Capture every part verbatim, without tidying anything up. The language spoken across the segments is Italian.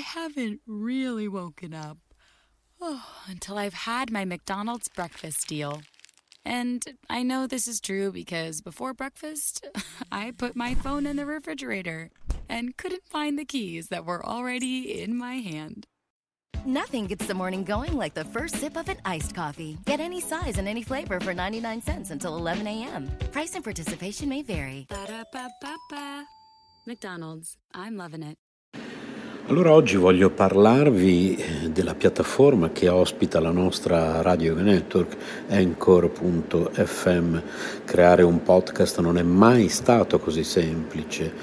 haven't really woken up. Oh, until I've had my McDonald's breakfast deal. And I know this is true because before breakfast, I put my phone in the refrigerator and couldn't find the keys that were already in my hand. Nothing gets the morning going like the first sip of an iced coffee. Get any size and any flavor for ninety-nine cents until eleven a.m. Price and participation may vary. Ba-da-ba-ba-ba. McDonald's, I'm loving it. Allora oggi voglio parlarvi della piattaforma che ospita la nostra Radio Network, Anchor punto effe emme. Creare un podcast non è mai stato così semplice.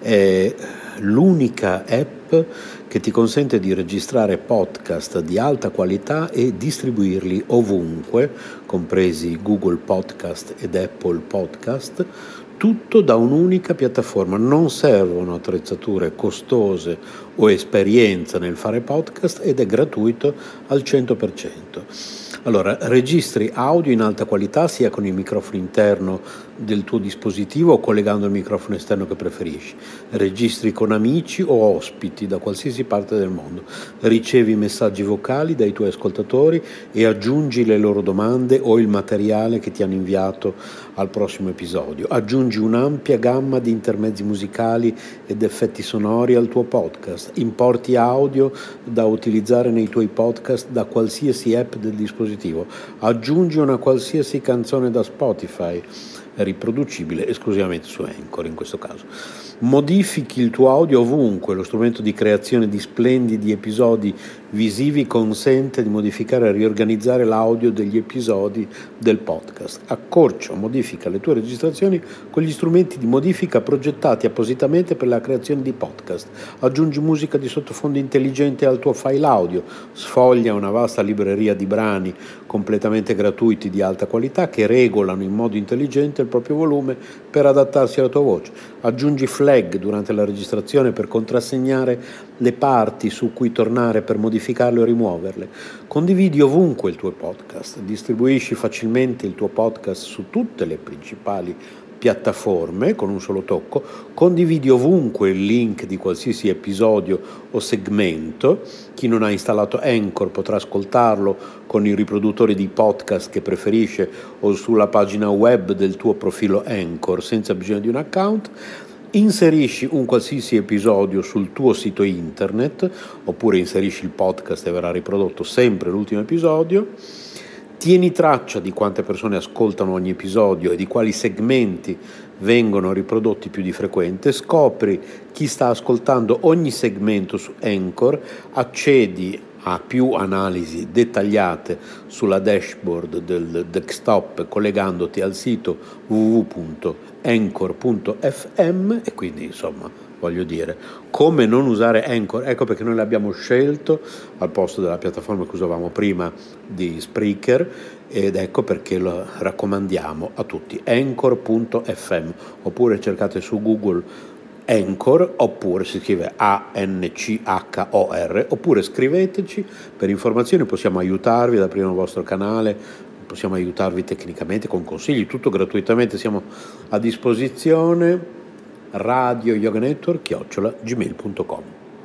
È l'unica app che ti consente di registrare podcast di alta qualità e distribuirli ovunque, compresi Google Podcast ed Apple Podcast, tutto da un'unica piattaforma. Non servono attrezzature costose o esperienza nel fare podcast ed è gratuito al cento per cento. Allora, registri audio in alta qualità sia con il microfono interno del tuo dispositivo o collegando il microfono esterno che preferisci. Registri con amici o ospiti da qualsiasi parte del mondo. Ricevi messaggi vocali dai tuoi ascoltatori e aggiungi le loro domande o il materiale che ti hanno inviato al prossimo episodio. Aggiungi un'ampia gamma di intermezzi musicali ed effetti sonori al tuo podcast. Importi audio da utilizzare nei tuoi podcast da qualsiasi app del dispositivo. Aggiungi una qualsiasi canzone da Spotify, riproducibile esclusivamente su Anchor in questo caso. Modifichi il tuo audio ovunque. Lo strumento di creazione di splendidi episodi visivi consente di modificare e riorganizzare l'audio degli episodi del podcast. Accorcia o modifica le tue registrazioni con gli strumenti di modifica progettati appositamente per la creazione di podcast. Aggiungi musica di sottofondo intelligente al tuo file audio. Sfoglia una vasta libreria di brani completamente gratuiti di alta qualità che regolano in modo intelligente il proprio volume per adattarsi alla tua voce. Aggiungi flag durante la registrazione per contrassegnare le parti su cui tornare per modificarle o rimuoverle. Condividi ovunque il tuo podcast. Distribuisci facilmente il tuo podcast su tutte le principali piattaforme con un solo tocco. Condividi ovunque il link di qualsiasi episodio o segmento. Chi non ha installato Anchor potrà ascoltarlo con i riproduttori di podcast che preferisce o sulla pagina web del tuo profilo Anchor senza bisogno di un account. Inserisci un qualsiasi episodio sul tuo sito internet oppure inserisci il podcast e verrà riprodotto sempre l'ultimo episodio. Tieni traccia di quante persone ascoltano ogni episodio e di quali segmenti vengono riprodotti più di frequente. Scopri chi sta ascoltando ogni segmento su Anchor, accedi a più analisi dettagliate sulla dashboard del desktop collegandoti al sito w w w punto anchor punto effe emme e quindi insomma voglio dire come non usare Anchor. Ecco perché noi l'abbiamo scelto al posto della piattaforma che usavamo prima di Spreaker ed ecco perché lo raccomandiamo a tutti. Anchor punto effe emme oppure cercate su Google Anchor oppure si scrive A N C H O R oppure scriveteci per informazioni, possiamo aiutarvi ad aprire un vostro canale, possiamo aiutarvi tecnicamente con consigli, tutto gratuitamente, siamo a disposizione. Radio Yoga Network chiocciola gmail punto com.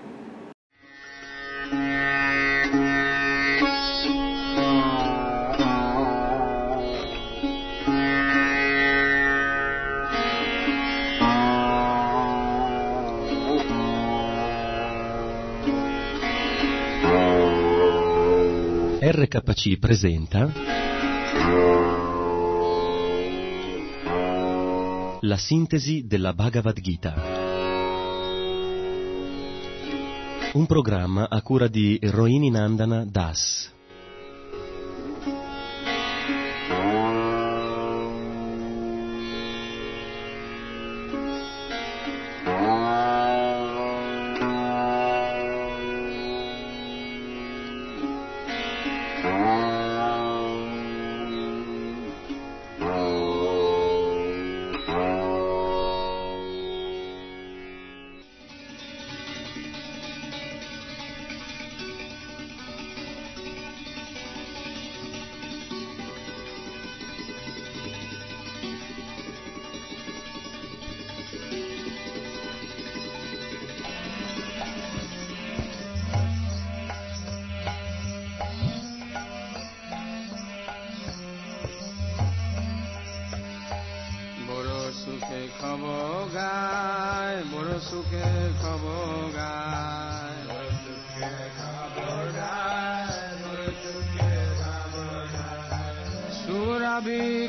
R K C presenta la sintesi della Bhagavad Gita, un programma a cura di Rohini Nandana Das.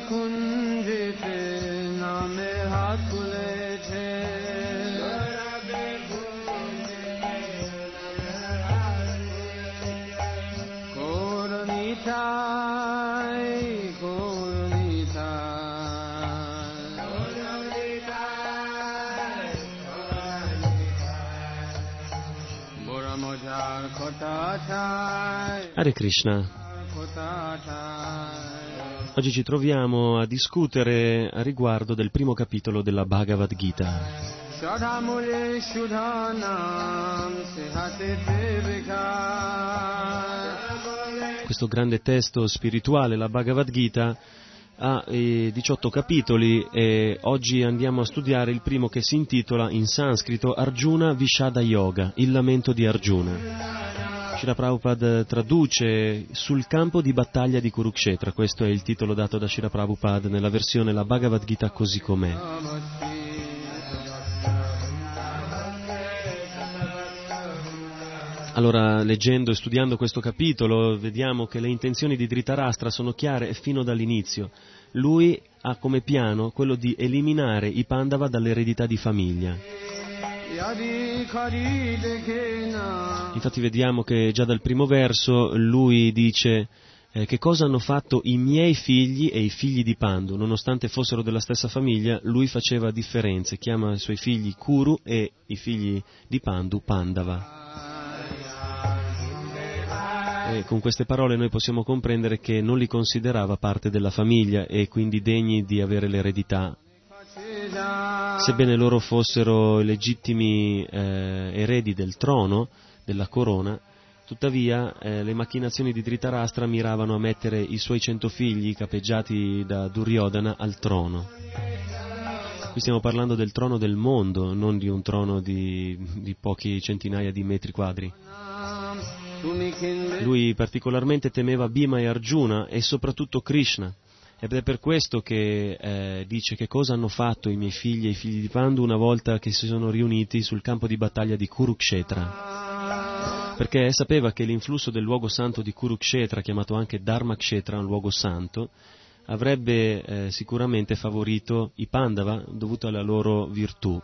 Hare Krishna. Oggi ci troviamo a discutere a riguardo del primo capitolo della Bhagavad Gita. Questo grande testo spirituale, la Bhagavad Gita, ha eh, diciotto capitoli e oggi andiamo a studiare il primo, che si intitola in sanscrito Arjuna Vishada Yoga, il lamento di Arjuna. Srila Prabhupada traduce sul campo di battaglia di Kurukshetra, questo è il titolo dato da Srila Prabhupada nella versione la Bhagavad Gita così com'è. Allora, leggendo e studiando questo capitolo, vediamo che le intenzioni di Dhritarashtra sono chiare fin dall'inizio. Lui ha come piano quello di eliminare i Pandava dall'eredità di famiglia. Infatti vediamo che già dal primo verso lui dice eh, che cosa hanno fatto i miei figli e i figli di Pandu. Nonostante fossero della stessa famiglia, lui faceva differenze, chiama i suoi figli Kuru e i figli di Pandu Pandava. E con queste parole noi possiamo comprendere che non li considerava parte della famiglia e quindi degni di avere l'eredità. Sebbene loro fossero legittimi eh, eredi del trono, della corona, tuttavia eh, le macchinazioni di Dhritarashtra miravano a mettere i suoi cento figli capeggiati da Duryodhana al trono. Qui stiamo parlando del trono del mondo, non di un trono di, di pochi centinaia di metri quadri. Lui particolarmente temeva Bhima e Arjuna e soprattutto Krishna. Ed è per questo che eh, dice che cosa hanno fatto i miei figli e i figli di Pandu una volta che si sono riuniti sul campo di battaglia di Kurukshetra. Perché sapeva che l'influsso del luogo santo di Kurukshetra, chiamato anche Dharmakshetra, un luogo santo, avrebbe eh, sicuramente favorito i Pandava dovuto alla loro virtù.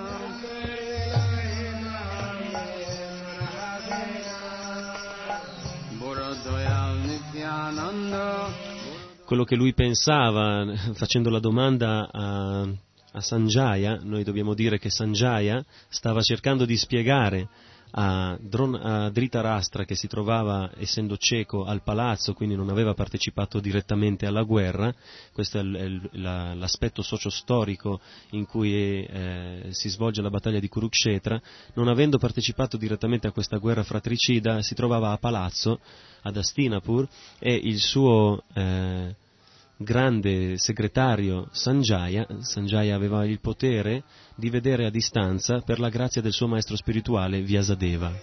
Quello che lui pensava, facendo la domanda a, a Sanjaya, noi dobbiamo dire che Sanjaya stava cercando di spiegare a, Dron, a Dhritarashtra, che si trovava, essendo cieco, al palazzo, quindi non aveva partecipato direttamente alla guerra. Questo è, il, è il, la, l'aspetto socio-storico in cui eh, si svolge la battaglia di Kurukshetra. Non avendo partecipato direttamente a questa guerra fratricida, si trovava a palazzo, ad Hastinapur, e il suo eh, grande segretario Sanjaya, Sanjaya aveva il potere di vedere a distanza per la grazia del suo maestro spirituale Vyasadeva.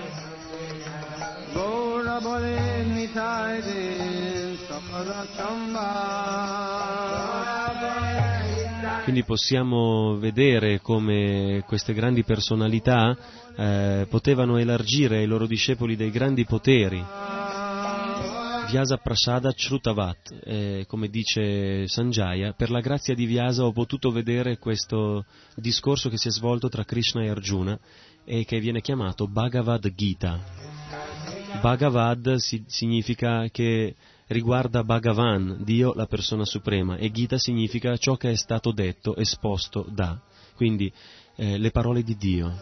Quindi possiamo vedere come queste grandi personalità eh, potevano elargire ai loro discepoli dei grandi poteri. Vyasa Prasada Shrutavat, eh, come dice Sanjaya, per la grazia di Vyasa ho potuto vedere questo discorso che si è svolto tra Krishna e Arjuna e che viene chiamato Bhagavad Gita. Bhagavad si, significa che riguarda Bhagavan, Dio la persona suprema, e Gita significa ciò che è stato detto, esposto da, quindi eh, le parole di Dio.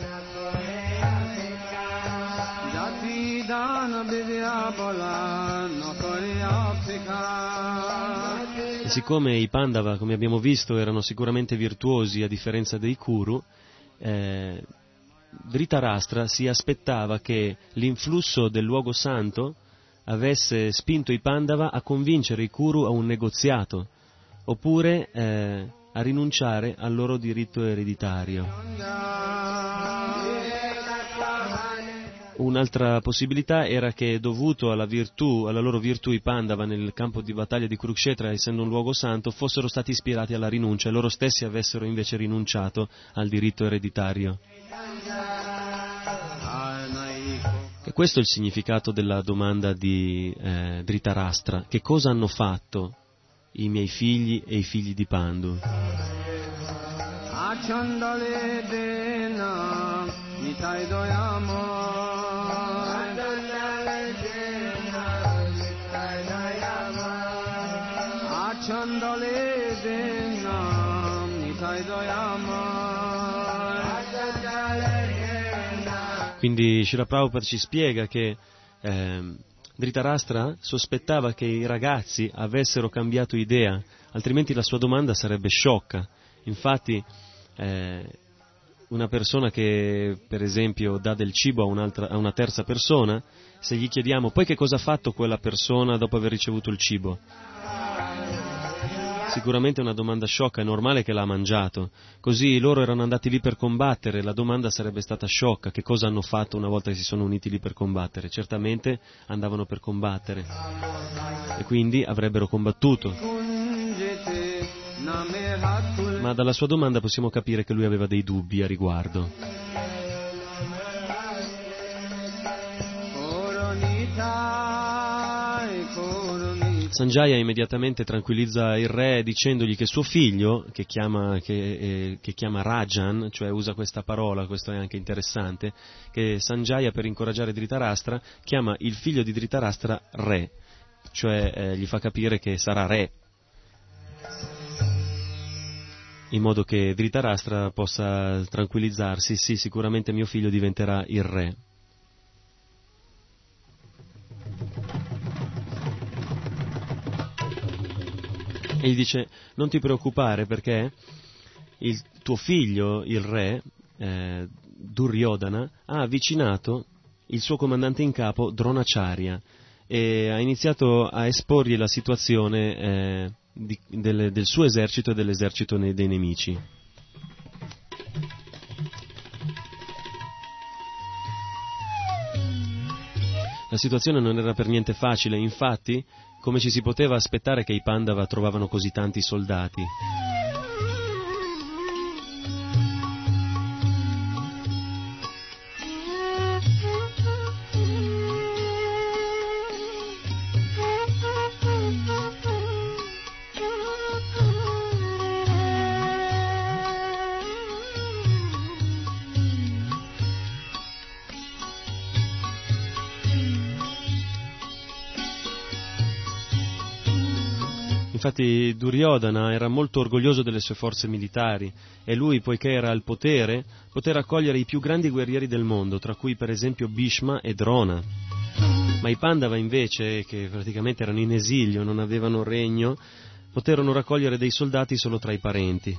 E siccome i Pandava, come abbiamo visto, erano sicuramente virtuosi a differenza dei Kuru, eh, Dhritarashtra si aspettava che l'influsso del luogo santo avesse spinto i Pandava a convincere i Kuru a un negoziato, oppure eh, a rinunciare al loro diritto ereditario. Un'altra possibilità era che, dovuto alla virtù, alla loro virtù, i Pandava nel campo di battaglia di Kurukshetra, essendo un luogo santo, fossero stati ispirati alla rinuncia e loro stessi avessero invece rinunciato al diritto ereditario. E questo è il significato della domanda di eh, Dhritarashtra. Che cosa hanno fatto i miei figli e i figli di Pandu. Quindi Srila Prabhupada ci spiega che eh, Dhritarashtra sospettava che i ragazzi avessero cambiato idea, altrimenti la sua domanda sarebbe sciocca. Infatti eh, una persona che per esempio dà del cibo a, un'altra, a una terza persona, se gli chiediamo poi che cosa ha fatto quella persona dopo aver ricevuto il cibo, sicuramente è una domanda sciocca, è normale che l'ha mangiato. Così loro erano andati lì per combattere, la domanda sarebbe stata sciocca: che cosa hanno fatto una volta che si sono uniti lì per combattere? Certamente andavano per combattere e quindi avrebbero combattuto. Ma dalla sua domanda possiamo capire che lui aveva dei dubbi a riguardo. Sanjaya immediatamente tranquillizza il re dicendogli che suo figlio, che chiama, che, eh, che chiama Rajan, cioè usa questa parola, questo è anche interessante, che Sanjaya, per incoraggiare Dhritarashtra, chiama il figlio di Dhritarashtra re, cioè eh, gli fa capire che sarà re, in modo che Dhritarashtra possa tranquillizzarsi: sì, sicuramente mio figlio diventerà il re. E gli dice: non ti preoccupare, perché il tuo figlio, il re, eh, Duryodhana, ha avvicinato il suo comandante in capo, Dronacharya, e ha iniziato a esporgli la situazione eh, di, del, del suo esercito e dell'esercito ne, dei nemici. La situazione non era per niente facile, infatti, come ci si poteva aspettare che i Pandava trovavano così tanti soldati? Infatti Duryodhana era molto orgoglioso delle sue forze militari e lui, poiché era al potere, poté raccogliere i più grandi guerrieri del mondo, tra cui per esempio Bhishma e Drona. Ma i Pandava invece, che praticamente erano in esilio, non avevano regno, poterono raccogliere dei soldati solo tra i parenti.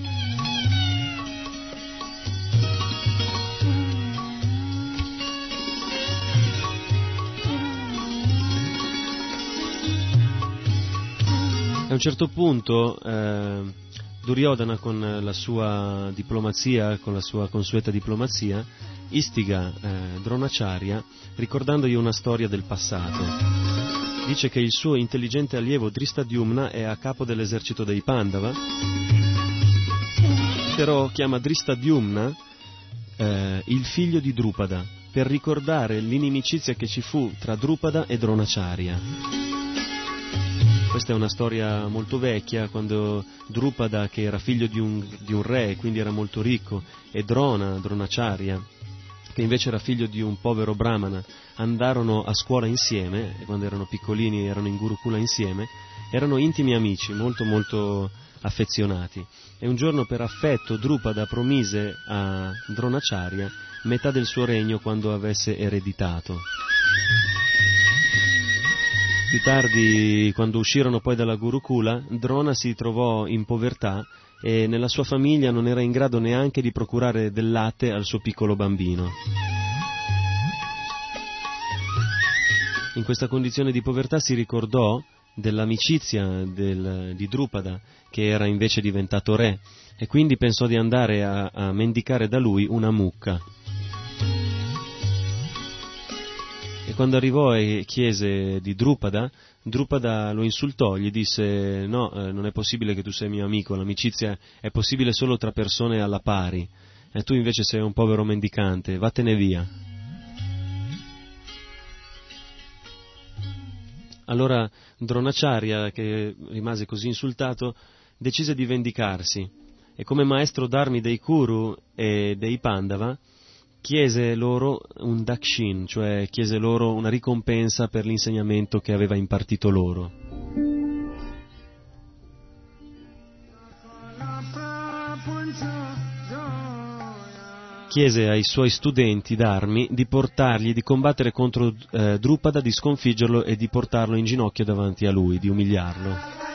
A un certo punto eh, Duryodhana, con la sua diplomazia, con la sua consueta diplomazia, istiga eh, Dronacharya ricordandogli una storia del passato. Dice che il suo intelligente allievo Dristadyumna è a capo dell'esercito dei Pandava, però chiama Dristadyumna eh, il figlio di Drupada, per ricordare l'inimicizia che ci fu tra Drupada e Dronacharya. Questa è una storia molto vecchia, quando Drupada, che era figlio di un, di un re, quindi era molto ricco, e Drona, Dronacharya, che invece era figlio di un povero brahmana, andarono a scuola insieme, quando erano piccolini erano in Gurukula insieme, erano intimi amici, molto molto affezionati. E un giorno, per affetto, Drupada promise a Dronacharya metà del suo regno quando avesse ereditato. Più tardi, quando uscirono poi dalla Gurukula, Drona si trovò in povertà e nella sua famiglia non era in grado neanche di procurare del latte al suo piccolo bambino. In questa condizione di povertà si ricordò dell'amicizia del, di Drupada, che era invece diventato re, e quindi pensò di andare a, a mendicare da lui una mucca. E quando arrivò e chiese di Drupada, Drupada lo insultò, gli disse: no, eh, non è possibile che tu sei mio amico, l'amicizia è possibile solo tra persone alla pari, e tu invece sei un povero mendicante, vattene via. Allora Dronacharya, che rimase così insultato, decise di vendicarsi e come maestro d'armi dei Kuru e dei Pandava chiese loro un dakshin, cioè chiese loro una ricompensa per l'insegnamento che aveva impartito loro. Chiese ai suoi studenti d'armi di portargli, di combattere contro eh, Drupada, di sconfiggerlo e di portarlo in ginocchio davanti a lui, di umiliarlo.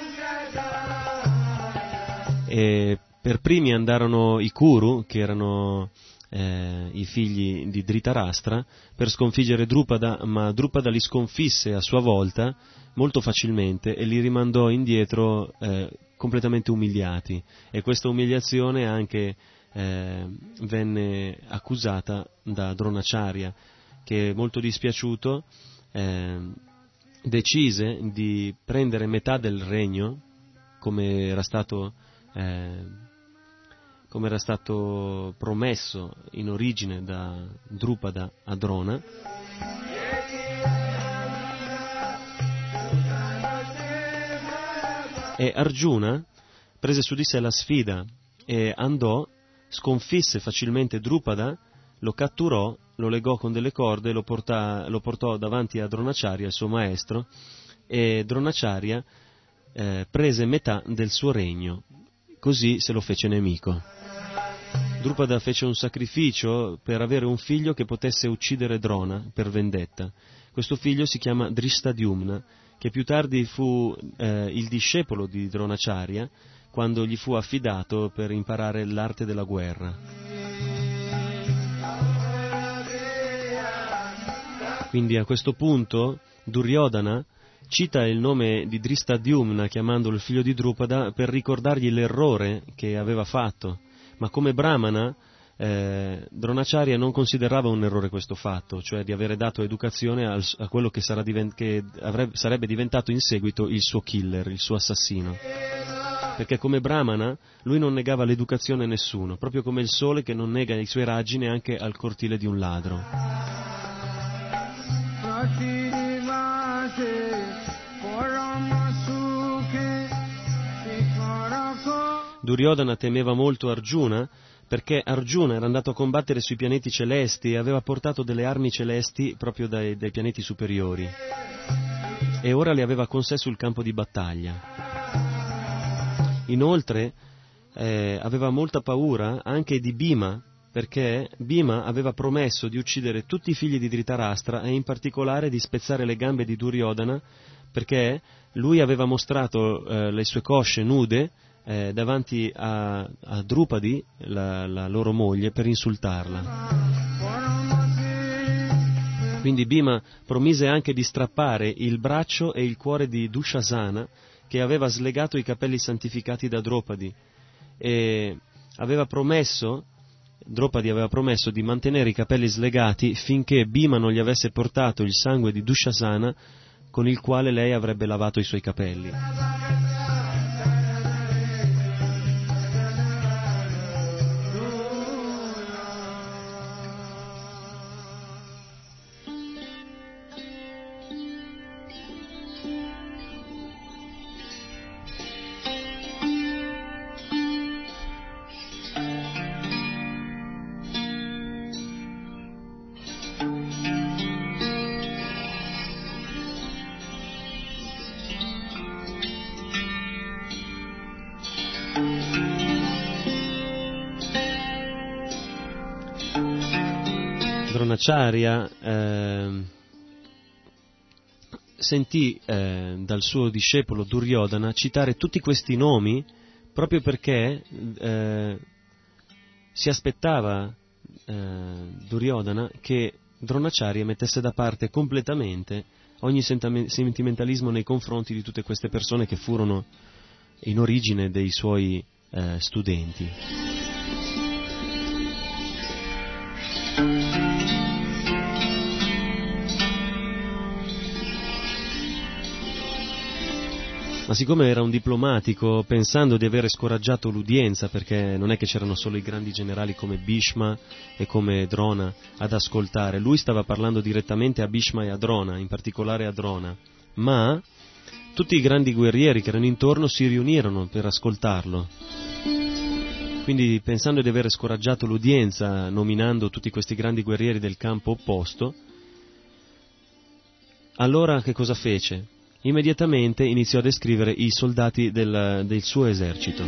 E per primi andarono i Kuru, che erano eh, i figli di Dhritarashtra, per sconfiggere Drupada, ma Drupada li sconfisse a sua volta molto facilmente e li rimandò indietro eh, completamente umiliati. E questa umiliazione anche Eh, venne accusata da Dronacharya, che molto dispiaciuto eh, decise di prendere metà del regno, come era stato eh, come era stato promesso in origine da Drupada a Drona, e Arjuna prese su di sé la sfida e andò, sconfisse facilmente Drupada, lo catturò, lo legò con delle corde e lo, portà, lo portò davanti a Dronacharya, il suo maestro, e Dronacharya eh, prese metà del suo regno, così se lo fece nemico. Drupada fece un sacrificio per avere un figlio che potesse uccidere Drona per vendetta. Questo figlio si chiama Drishtadyumna, che più tardi fu eh, il discepolo di Dronacharya, quando gli fu affidato per imparare l'arte della guerra. Quindi a questo punto Duryodhana cita il nome di Drishtadyumna chiamandolo il figlio di Drupada per ricordargli l'errore che aveva fatto, ma come brahmana eh, Dronacharya non considerava un errore questo fatto, cioè di avere dato educazione al, a quello che, sarà divent- che avrebbe, sarebbe diventato in seguito il suo killer, il suo assassino. Perché come brahmana lui non negava l'educazione a nessuno, proprio come il sole che non nega i suoi raggi neanche al cortile di un ladro. Duryodhana temeva molto Arjuna, perché Arjuna era andato a combattere sui pianeti celesti e aveva portato delle armi celesti proprio dai, dai pianeti superiori, e ora le aveva con sé sul campo di battaglia. Inoltre eh, aveva molta paura anche di Bhima, perché Bhima aveva promesso di uccidere tutti i figli di Dhritarashtra e in particolare di spezzare le gambe di Duryodhana, perché lui aveva mostrato eh, le sue cosce nude eh, davanti a, a Drupadi, la, la loro moglie, per insultarla. Quindi Bhima promise anche di strappare il braccio e il cuore di Dushasana, che aveva slegato i capelli santificati da Draupadi, e aveva promesso, Draupadi aveva promesso di mantenere i capelli slegati finché Bhima non gli avesse portato il sangue di Dushasana con il quale lei avrebbe lavato i suoi capelli. Dronacharya eh, sentì eh, dal suo discepolo Duryodhana citare tutti questi nomi proprio perché eh, si aspettava eh, Duryodhana che Dronacharya mettesse da parte completamente ogni sentimentalismo nei confronti di tutte queste persone che furono in origine dei suoi eh, studenti. Ma siccome era un diplomatico, pensando di avere scoraggiato l'udienza, perché non è che c'erano solo i grandi generali come Bhishma e come Drona ad ascoltare, lui stava parlando direttamente a Bhishma e a Drona, in particolare a Drona, ma tutti i grandi guerrieri che erano intorno si riunirono per ascoltarlo. Quindi, pensando di aver scoraggiato l'udienza nominando tutti questi grandi guerrieri del campo opposto, allora che cosa fece? Immediatamente iniziò a descrivere i soldati del, del suo esercito.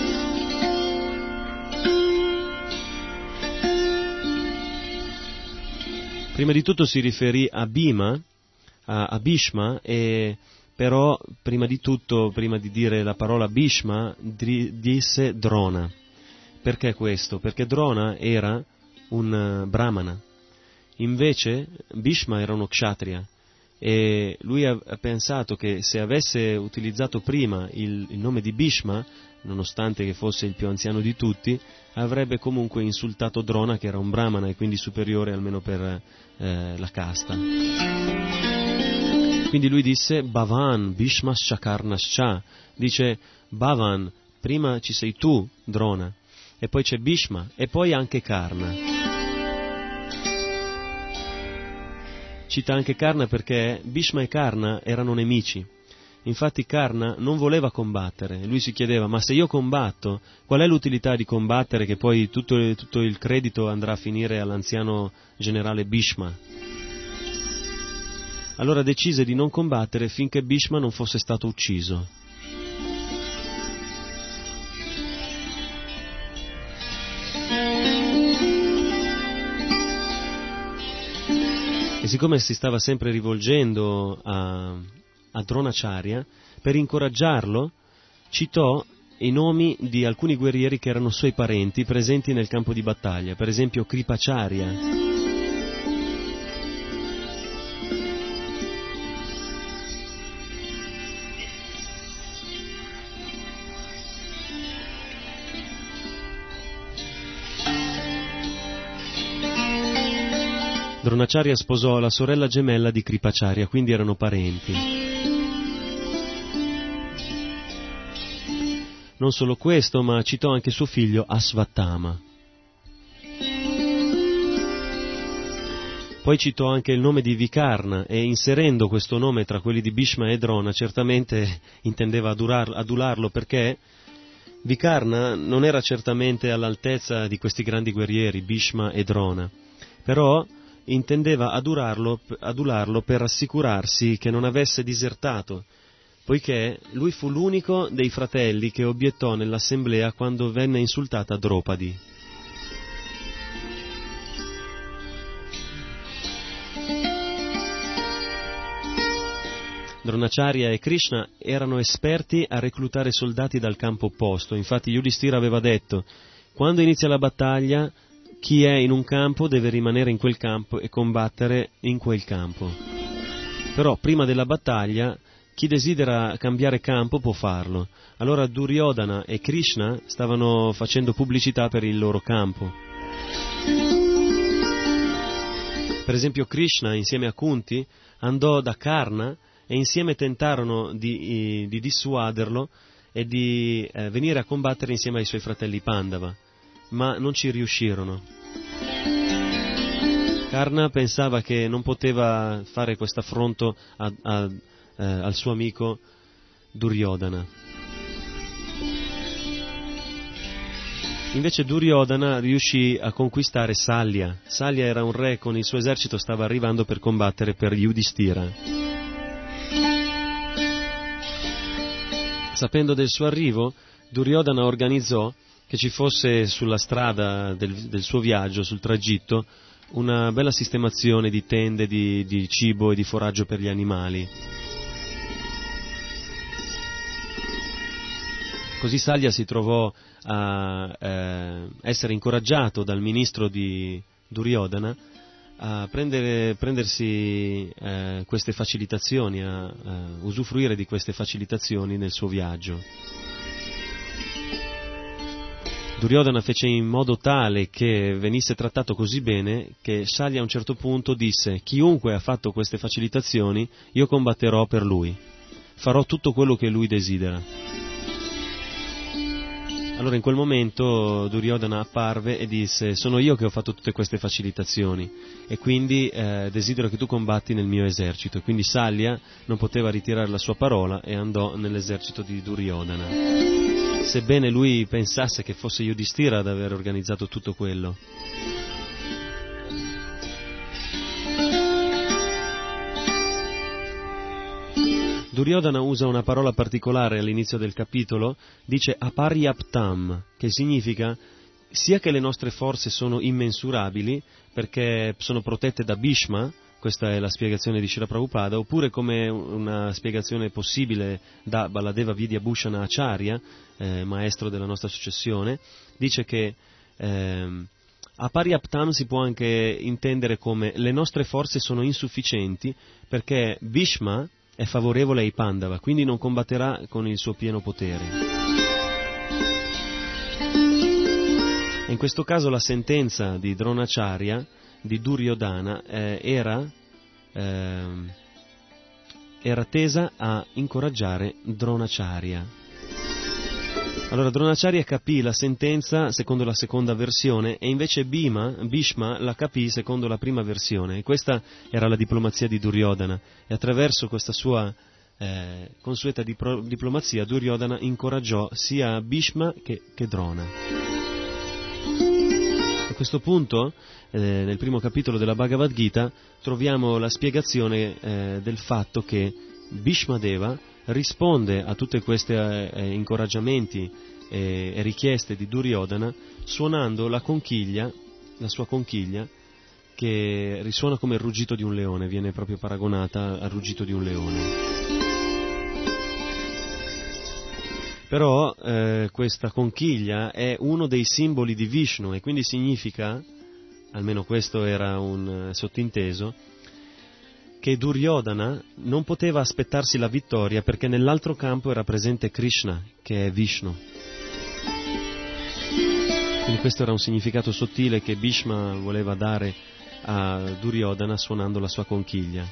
Prima di tutto si riferì a Bhima, a, a Bhishma, e però prima di tutto, prima di dire la parola Bhishma, di, disse Drona. Perché questo? Perché Drona era un brahmana, invece Bhishma era uno kshatriya, e lui ha pensato che se avesse utilizzato prima il, il nome di Bhishma, nonostante che fosse il più anziano di tutti, avrebbe comunque insultato Drona, che era un brahmana e quindi superiore almeno per eh, la casta. Quindi lui disse Bhavan Bhishmascha Karnascha, dice Bhavan, prima ci sei tu, Drona, e poi c'è Bhishma, e poi anche Karna. Cita anche Karna perché Bhishma e Karna erano nemici. Infatti Karna non voleva combattere, lui si chiedeva, ma se io combatto, qual è l'utilità di combattere, che poi tutto, tutto il credito andrà a finire all'anziano generale Bhishma? Allora decise di non combattere finché Bhishma non fosse stato ucciso. E siccome si stava sempre rivolgendo a, a Dronacharya, per incoraggiarlo, citò i nomi di alcuni guerrieri che erano suoi parenti presenti nel campo di battaglia, per esempio Kripacharya. Dronacharya sposò la sorella gemella di Kripacharya, quindi erano parenti. Non solo questo, ma citò anche suo figlio Asvattama. Poi citò anche il nome di Vikarna e, inserendo questo nome tra quelli di Bhishma e Drona, certamente intendeva adular- adularlo, perché Vikarna non era certamente all'altezza di questi grandi guerrieri, Bhishma e Drona, però intendeva adularlo, adularlo per assicurarsi che non avesse disertato, poiché lui fu l'unico dei fratelli che obiettò nell'assemblea quando venne insultata Draupadi. Dronacharya e Krishna erano esperti a reclutare soldati dal campo opposto, infatti Yudhishthira aveva detto: quando inizia la battaglia, chi è in un campo deve rimanere in quel campo e combattere in quel campo. Però prima della battaglia chi desidera cambiare campo può farlo. Allora Duryodhana e Krishna stavano facendo pubblicità per il loro campo. Per esempio Krishna insieme a Kunti andò da Karna e insieme tentarono di, di dissuaderlo e di eh, venire a combattere insieme ai suoi fratelli Pandava, ma non ci riuscirono. Karna pensava che non poteva fare questo affronto a, a, eh, al suo amico Duryodhana. Invece Duryodhana riuscì a conquistare Salya. Salya era un re, con il suo esercito stava arrivando per combattere per Yudhishthira. Sapendo del suo arrivo, Duryodhana organizzò che ci fosse sulla strada del, del suo viaggio, sul tragitto, una bella sistemazione di tende, di, di cibo e di foraggio per gli animali. Così Salya si trovò a eh, essere incoraggiato dal ministro di Duryodhana a prendere, prendersi eh, queste facilitazioni, a, a usufruire di queste facilitazioni nel suo viaggio. Duryodhana fece in modo tale che venisse trattato così bene che Salya a un certo punto disse: chiunque ha fatto queste facilitazioni, io combatterò per lui, farò tutto quello che lui desidera. Allora in quel momento Duryodhana apparve e disse: sono io che ho fatto tutte queste facilitazioni e quindi eh, desidero che tu combatti nel mio esercito. E quindi Salya non poteva ritirare la sua parola e andò nell'esercito di Duryodhana, sebbene lui pensasse che fosse Yudhishthira ad aver organizzato tutto quello. Duryodhana usa una parola particolare all'inizio del capitolo, dice aparyaptam, che significa sia che le nostre forze sono immensurabili perché sono protette da Bhishma, questa è la spiegazione di Srila Prabhupada, oppure come una spiegazione possibile da Baladeva Vidyabhushana Acharya, eh, maestro della nostra successione, dice che eh, aparyaptam si può anche intendere come le nostre forze sono insufficienti perché Bhishma è favorevole ai Pandava, quindi non combatterà con il suo pieno potere. E in questo caso la sentenza di Dronacharya, di Duryodhana, eh, era, eh, era tesa a incoraggiare Dronacharya. Allora Dronacharya capì la sentenza secondo la seconda versione e invece Bhima, Bhishma la capì secondo la prima versione, e questa era la diplomazia di Duryodhana, e attraverso questa sua eh, consueta dipro- diplomazia Duryodhana incoraggiò sia Bhishma che, che Drona. A questo punto, eh, nel primo capitolo della Bhagavad Gita, troviamo la spiegazione eh, del fatto che Bhishma Deva risponde a tutti questi eh, incoraggiamenti e, e richieste di Duryodhana suonando la conchiglia, la sua conchiglia, che risuona come il ruggito di un leone, viene proprio paragonata al ruggito di un leone. Però eh, questa conchiglia è uno dei simboli di Vishnu e quindi significa, almeno questo era un uh, sottinteso, che Duryodhana non poteva aspettarsi la vittoria perché nell'altro campo era presente Krishna, che è Vishnu. Quindi questo era un significato sottile che Bhishma voleva dare a Duryodhana suonando la sua conchiglia.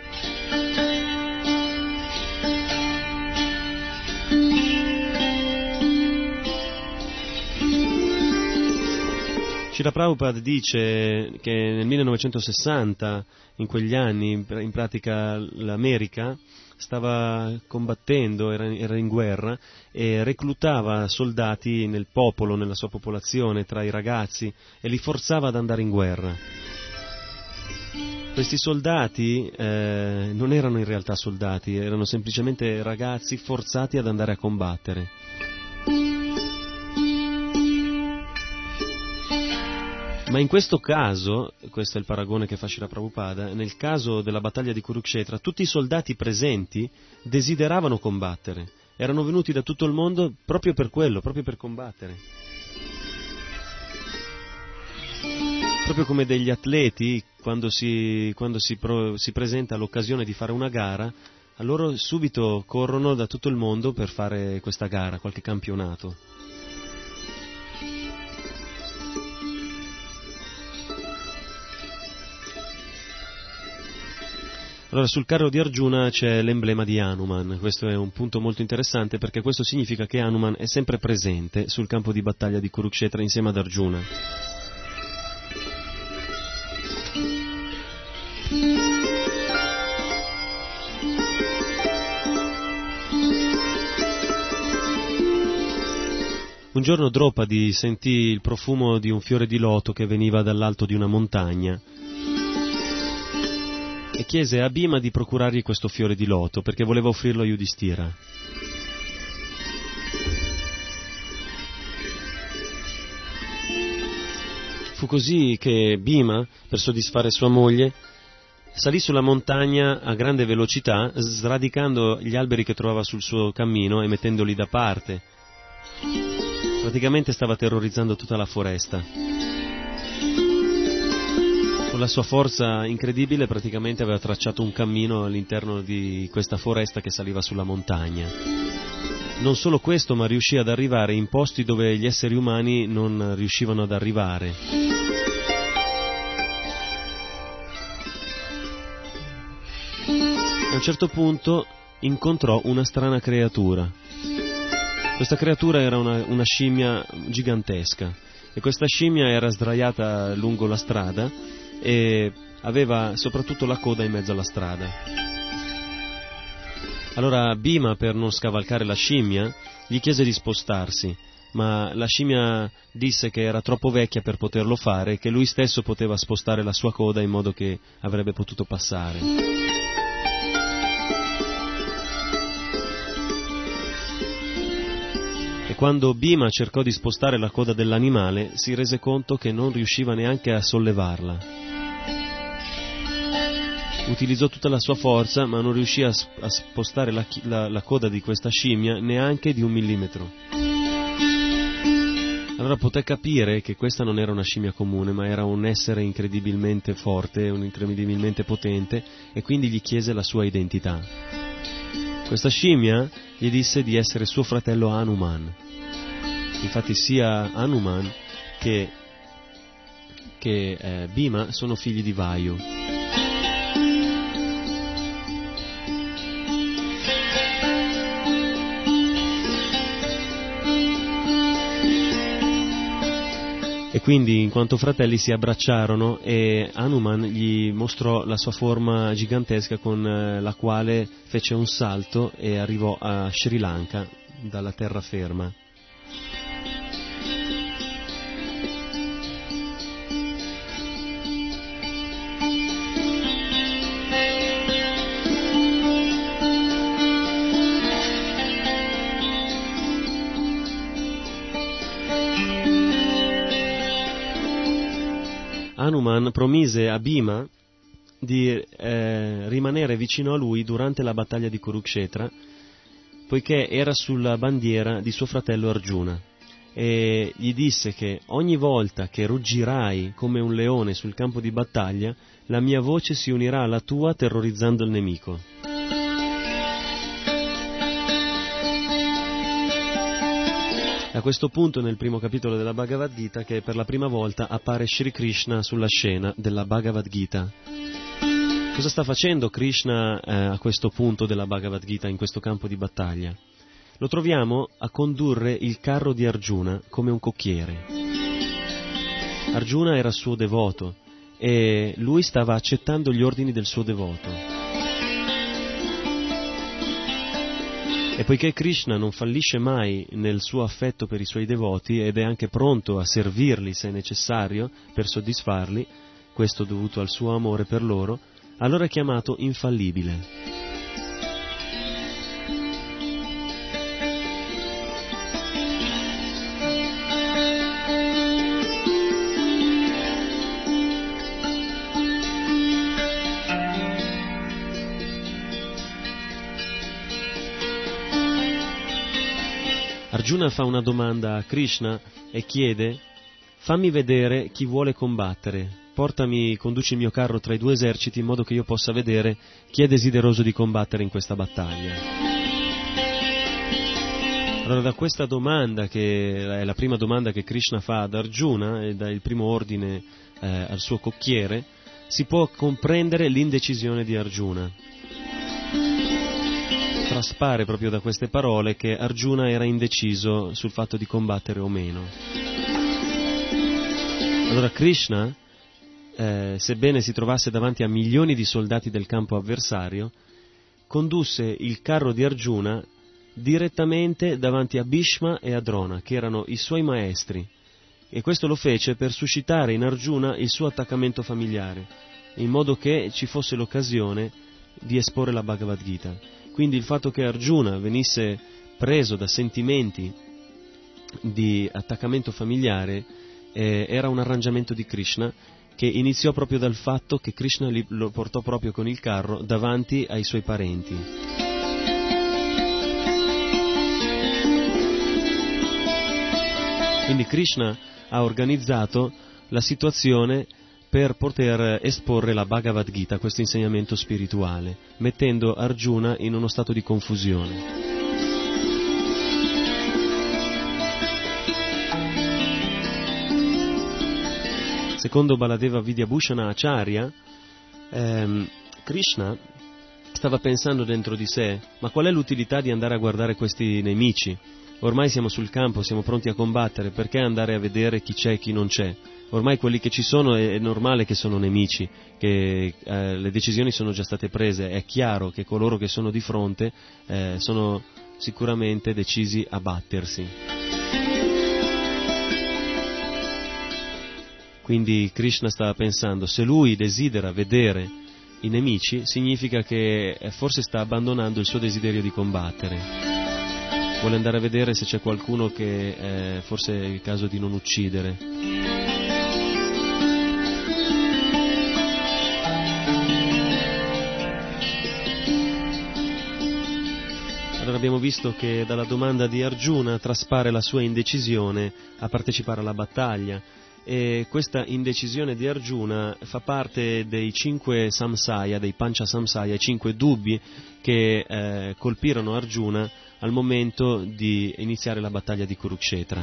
Srila Prabhupada dice che nel millenovecentosessanta, in quegli anni, in pratica l'America stava combattendo, era, era in guerra e reclutava soldati nel popolo, nella sua popolazione, tra i ragazzi, e li forzava ad andare in guerra. Questi soldati eh, non erano in realtà soldati, erano semplicemente ragazzi forzati ad andare a combattere. Ma in questo caso, questo è il paragone che fa Srila Prabhupada, nel caso della battaglia di Kurukshetra, tutti i soldati presenti desideravano combattere, erano venuti da tutto il mondo proprio per quello, proprio per combattere. Proprio come degli atleti, quando si, quando si, pro, si presenta l'occasione di fare una gara, a loro subito corrono da tutto il mondo per fare questa gara, qualche campionato. Allora, sul carro di Arjuna c'è l'emblema di Hanuman, questo è un punto molto interessante perché questo significa che Hanuman è sempre presente sul campo di battaglia di Kurukshetra insieme ad Arjuna. Un giorno Draupadi sentì il profumo di un fiore di loto che veniva dall'alto di una montagna e chiese a Bhima di procurargli questo fiore di loto perché voleva offrirlo a Yudhishthira. Fu così che Bhima, per soddisfare sua moglie, salì sulla montagna a grande velocità, sradicando gli alberi che trovava sul suo cammino e mettendoli da parte. Praticamente stava terrorizzando tutta la foresta. Con la sua forza incredibile praticamente aveva tracciato un cammino all'interno di questa foresta che saliva sulla montagna. Non solo questo, ma riuscì ad arrivare in posti dove gli esseri umani non riuscivano ad arrivare. A un certo punto incontrò una strana creatura. Questa creatura era una, una scimmia gigantesca e questa scimmia era sdraiata lungo la strada e aveva soprattutto la coda in mezzo alla strada. Allora Bhima, per non scavalcare la scimmia, gli chiese di spostarsi, ma la scimmia disse che era troppo vecchia per poterlo fare e che lui stesso poteva spostare la sua coda in modo che avrebbe potuto passare. E quando Bhima cercò di spostare la coda dell'animale, si rese conto che non riusciva neanche a sollevarla. Utilizzò tutta la sua forza, ma non riuscì a, a spostare la, la, la coda di questa scimmia neanche di un millimetro. Allora poté capire che questa non era una scimmia comune, ma era un essere incredibilmente forte, un incredibilmente potente, e quindi gli chiese la sua identità. Questa scimmia gli disse di essere suo fratello Hanuman. Infatti sia Hanuman che, che eh, Bhima sono figli di Vayu. E quindi in quanto fratelli si abbracciarono e Hanuman gli mostrò la sua forma gigantesca con la quale fece un salto e arrivò a Sri Lanka dalla terraferma. Hanuman promise a Bhima di eh, rimanere vicino a lui durante la battaglia di Kurukshetra, poiché era sulla bandiera di suo fratello Arjuna, e gli disse che ogni volta che ruggirai come un leone sul campo di battaglia, la mia voce si unirà alla tua terrorizzando il nemico. A questo punto nel primo capitolo della Bhagavad Gita che per la prima volta appare Shri Krishna sulla scena della Bhagavad Gita. Cosa sta facendo Krishna eh, a questo punto della Bhagavad Gita, in questo campo di battaglia? Lo troviamo a condurre il carro di Arjuna come un cocchiere. Arjuna era suo devoto e lui stava accettando gli ordini del suo devoto. E poiché Krishna non fallisce mai nel suo affetto per i suoi devoti ed è anche pronto a servirli se necessario per soddisfarli, questo dovuto al suo amore per loro, allora è chiamato infallibile. Arjuna fa una domanda a Krishna e chiede: fammi vedere chi vuole combattere, portami, conduci il mio carro tra i due eserciti in modo che io possa vedere chi è desideroso di combattere in questa battaglia. Allora da questa domanda, che è la prima domanda che Krishna fa ad Arjuna e dà il primo ordine eh, al suo cocchiere, si può comprendere l'indecisione di Arjuna. Traspare proprio da queste parole che Arjuna era indeciso sul fatto di combattere o meno. Allora Krishna, eh, sebbene si trovasse davanti a milioni di soldati del campo avversario, condusse il carro di Arjuna direttamente davanti a Bhishma e a Drona, che erano i suoi maestri, e questo lo fece per suscitare in Arjuna il suo attaccamento familiare, in modo che ci fosse l'occasione di esporre la Bhagavad Gita. Quindi il fatto che Arjuna venisse preso da sentimenti di attaccamento familiare eh, era un arrangiamento di Krishna, che iniziò proprio dal fatto che Krishna li, lo portò proprio con il carro davanti ai suoi parenti. Quindi Krishna ha organizzato la situazione per poter esporre la Bhagavad Gita, questo insegnamento spirituale, mettendo Arjuna in uno stato di confusione. Secondo Baladeva Vidyabhushana Acharya, ehm, Krishna stava pensando dentro di sé: ma qual è l'utilità di andare a guardare questi nemici? Ormai siamo sul campo, siamo pronti a combattere, perché andare a vedere chi c'è e chi non c'è? Ormai quelli che ci sono è, è normale che sono nemici, che eh, le decisioni sono già state prese, è chiaro che coloro che sono di fronte eh, sono sicuramente decisi a battersi. Quindi Krishna stava pensando, se lui desidera vedere i nemici, significa che forse sta abbandonando il suo desiderio di combattere. Vuole andare a vedere se c'è qualcuno che eh, forse è il caso di non uccidere. Allora abbiamo visto che dalla domanda di Arjuna traspare la sua indecisione a partecipare alla battaglia, e questa indecisione di Arjuna fa parte dei cinque samsaya, dei pancha samsaya, i cinque dubbi che eh, colpirono Arjuna al momento di iniziare la battaglia di Kurukshetra.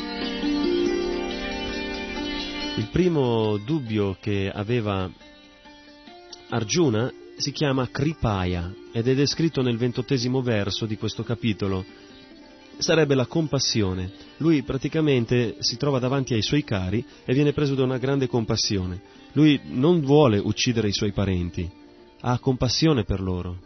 Il primo dubbio che aveva Arjuna si chiama Kripaya ed è descritto nel ventottesimo verso di questo capitolo. Sarebbe la compassione. Lui praticamente si trova davanti ai suoi cari e viene preso da una grande compassione. Lui non vuole uccidere i suoi parenti, ha compassione per loro.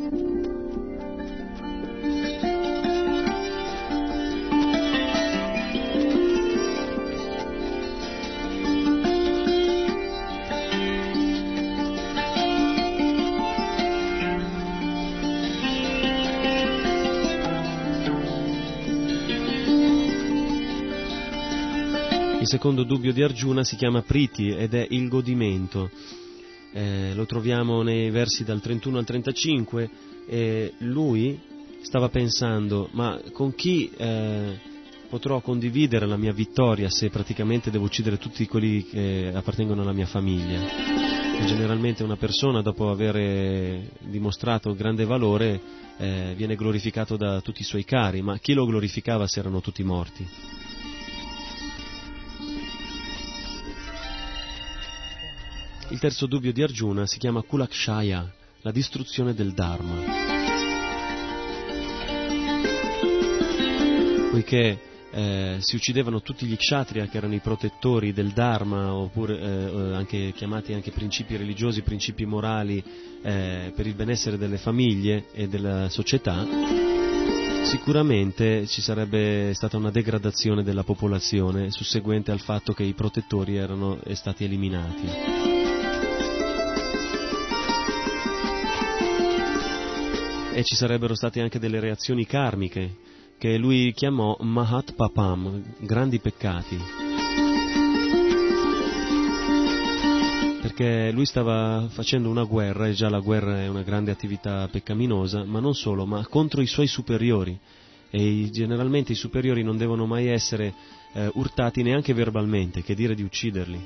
Il secondo dubbio di Arjuna si chiama Priti ed è il godimento. Eh, lo troviamo nei versi dal trentuno al trentacinque e lui stava pensando, ma con chi eh, potrò condividere la mia vittoria se praticamente devo uccidere tutti quelli che appartengono alla mia famiglia? E generalmente una persona, dopo aver dimostrato grande valore, eh, viene glorificato da tutti i suoi cari, ma chi lo glorificava se erano tutti morti? Il terzo dubbio di Arjuna si chiama Kulakshaya, la distruzione del Dharma. Poiché eh, si uccidevano tutti gli kshatriya, che erano i protettori del Dharma, oppure eh, anche chiamati anche principi religiosi, principi morali eh, per il benessere delle famiglie e della società, sicuramente ci sarebbe stata una degradazione della popolazione susseguente al fatto che i protettori erano stati eliminati. E ci sarebbero state anche delle reazioni karmiche, che lui chiamò Mahat Papam, grandi peccati. Perché lui stava facendo una guerra, e già la guerra è una grande attività peccaminosa, ma non solo, ma contro i suoi superiori. E generalmente i superiori non devono mai essere eh, urtati neanche verbalmente, che dire di ucciderli.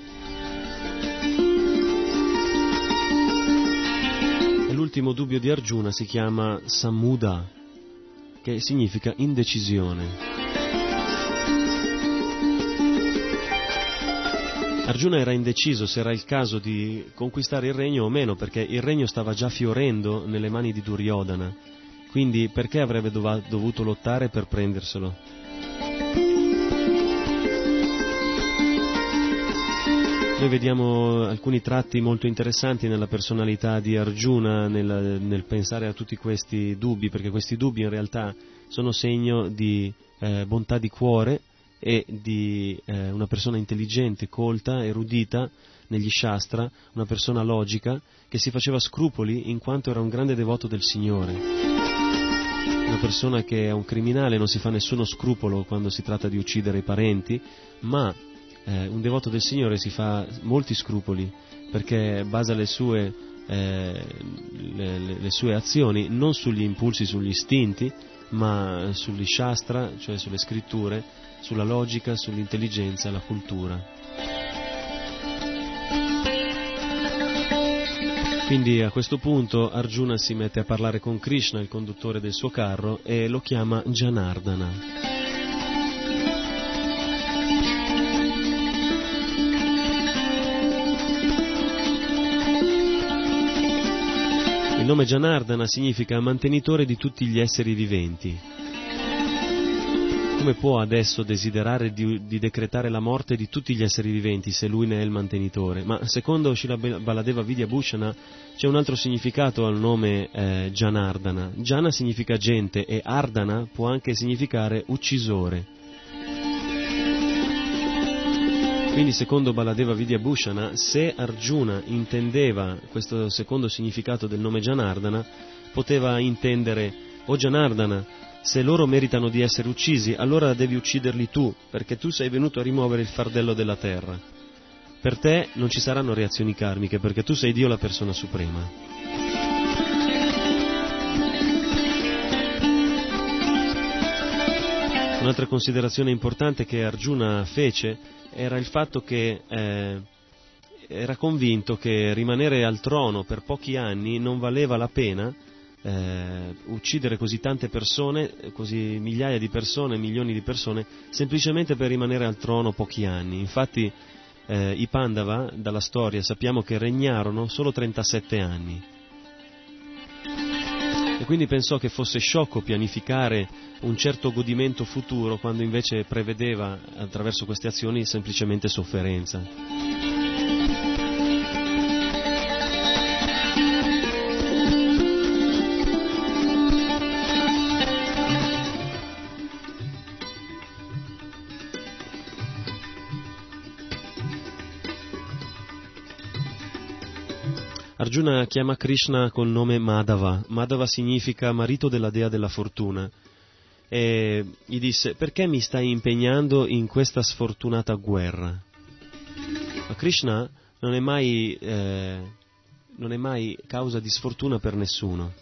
L'ultimo dubbio di Arjuna si chiama Samudha, che significa indecisione. Arjuna era indeciso se era il caso di conquistare il regno o meno, perché il regno stava già fiorendo nelle mani di Duryodhana, quindi perché avrebbe dov- dovuto lottare per prenderselo? Noi vediamo alcuni tratti molto interessanti nella personalità di Arjuna, nel, nel pensare a tutti questi dubbi, perché questi dubbi in realtà sono segno di eh, bontà di cuore e di eh, una persona intelligente, colta, erudita negli Shastra, una persona logica che si faceva scrupoli in quanto era un grande devoto del Signore. Una persona che è un criminale non si fa nessuno scrupolo quando si tratta di uccidere i parenti, ma Eh, un devoto del Signore si fa molti scrupoli, perché basa le sue, eh, le, le sue azioni non sugli impulsi, sugli istinti, ma sugli shastra, cioè sulle scritture, sulla logica, sull'intelligenza, la cultura. Quindi a questo punto Arjuna si mette a parlare con Krishna, il conduttore del suo carro, e lo chiama Janardana. Il nome Janardana significa mantenitore di tutti gli esseri viventi. come può adesso desiderare di, di decretare la morte di tutti gli esseri viventi se lui ne è il mantenitore? Ma secondo Srila Baladeva Vidyabhushana c'è un altro significato al nome eh, Janardana. Jana significa gente e Ardana può anche significare uccisore. Quindi secondo Baladeva Vidyabhushana, se Arjuna intendeva questo secondo significato del nome Janardana, poteva intendere: o Janardana, se loro meritano di essere uccisi, allora devi ucciderli tu, perché tu sei venuto a rimuovere il fardello della terra. Per te non ci saranno reazioni karmiche, perché tu sei Dio, la persona suprema. Un'altra considerazione importante che Arjuna fece era il fatto che eh, era convinto che rimanere al trono per pochi anni non valeva la pena Eh, uccidere così tante persone, così migliaia di persone, milioni di persone, semplicemente per rimanere al trono pochi anni. Infatti eh, i Pandava, dalla storia, sappiamo che regnarono solo trentasette anni. E quindi pensò che fosse sciocco pianificare un certo godimento futuro, quando invece prevedeva, attraverso queste azioni, semplicemente sofferenza. Arjuna chiama Krishna col nome Madhava. Madhava significa marito della dea della fortuna. E gli disse: perché mi stai impegnando in questa sfortunata guerra? Ma Krishna non è mai, eh, non è mai causa di sfortuna per nessuno.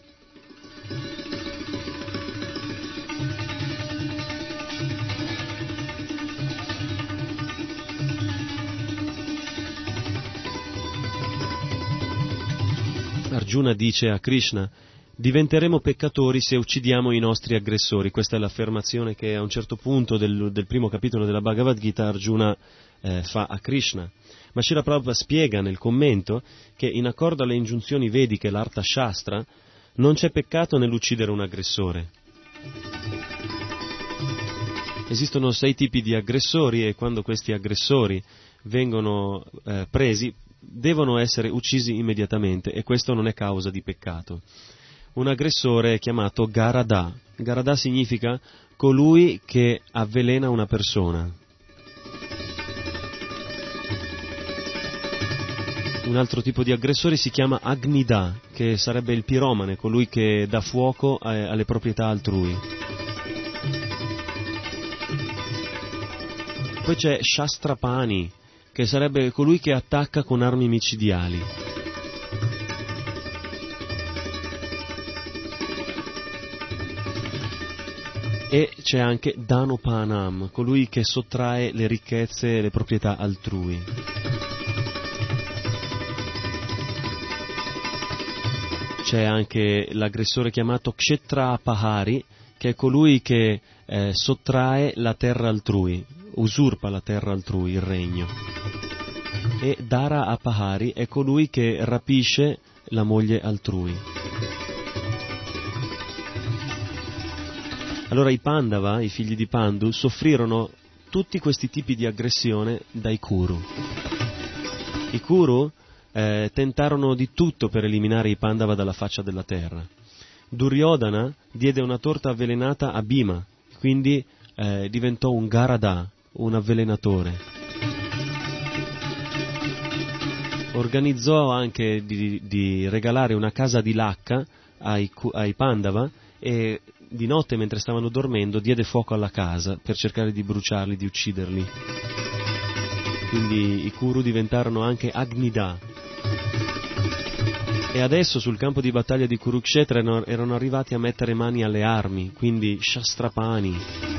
Arjuna dice a Krishna: diventeremo peccatori se uccidiamo i nostri aggressori. Questa è l'affermazione che a un certo punto del, del primo capitolo della Bhagavad Gita Arjuna eh, fa a Krishna. Ma Srila Prabhupada spiega nel commento che in accordo alle ingiunzioni vediche, l'Artha Shastra, non c'è peccato nell'uccidere un aggressore. Esistono sei tipi di aggressori e quando questi aggressori vengono eh, presi devono essere uccisi immediatamente, e questo non è causa di peccato. Un aggressore è chiamato Garada. Garada significa colui che avvelena una persona. Un altro tipo di aggressore si chiama Agnida, che sarebbe il piromane, colui che dà fuoco alle proprietà altrui. Poi c'è Shastrapani, che sarebbe colui che attacca con armi micidiali. E c'è anche Danopanam, colui che sottrae le ricchezze e le proprietà altrui. C'è anche l'aggressore chiamato Kshetrapahari, che è colui che eh, sottrae la terra altrui, usurpa la terra altrui, il regno. E Dara Apahari è colui che rapisce la moglie altrui. Allora i Pandava, i figli di Pandu, soffrirono tutti questi tipi di aggressione dai Kuru. I Kuru eh, tentarono di tutto per eliminare i Pandava dalla faccia della terra. Duryodhana diede una torta avvelenata a Bhima, quindi eh, diventò un Garada, un avvelenatore. Organizzò anche di, di regalare una casa di lacca ai, ai Pandava e di notte, mentre stavano dormendo, diede fuoco alla casa per cercare di bruciarli, di ucciderli. Quindi i Kuru diventarono anche Agnida. E adesso sul campo di battaglia di Kurukshetra erano, erano arrivati a mettere mani alle armi, quindi Shastrapani.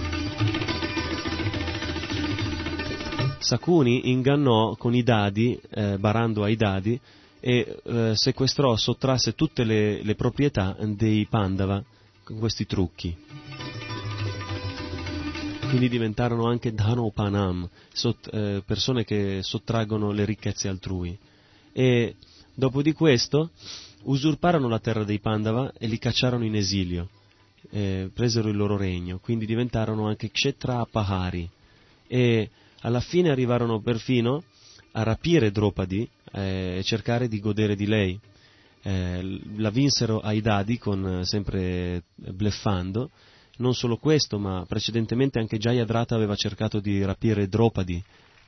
Sakuni ingannò con i dadi, eh, barando ai dadi, e eh, sequestrò, sottrasse tutte le, le proprietà dei Pandava con questi trucchi. Quindi diventarono anche Dhanopanam, sott, eh, persone che sottraggono le ricchezze altrui. E dopo di questo usurparono la terra dei Pandava e li cacciarono in esilio. eh, presero il loro regno, quindi diventarono anche Kshetrapahari e alla fine arrivarono perfino a rapire Draupadi e eh, cercare di godere di lei. Eh, la vinsero ai dadi, con, sempre bluffando. Non solo questo, ma precedentemente anche Jayadratha aveva cercato di rapire Draupadi.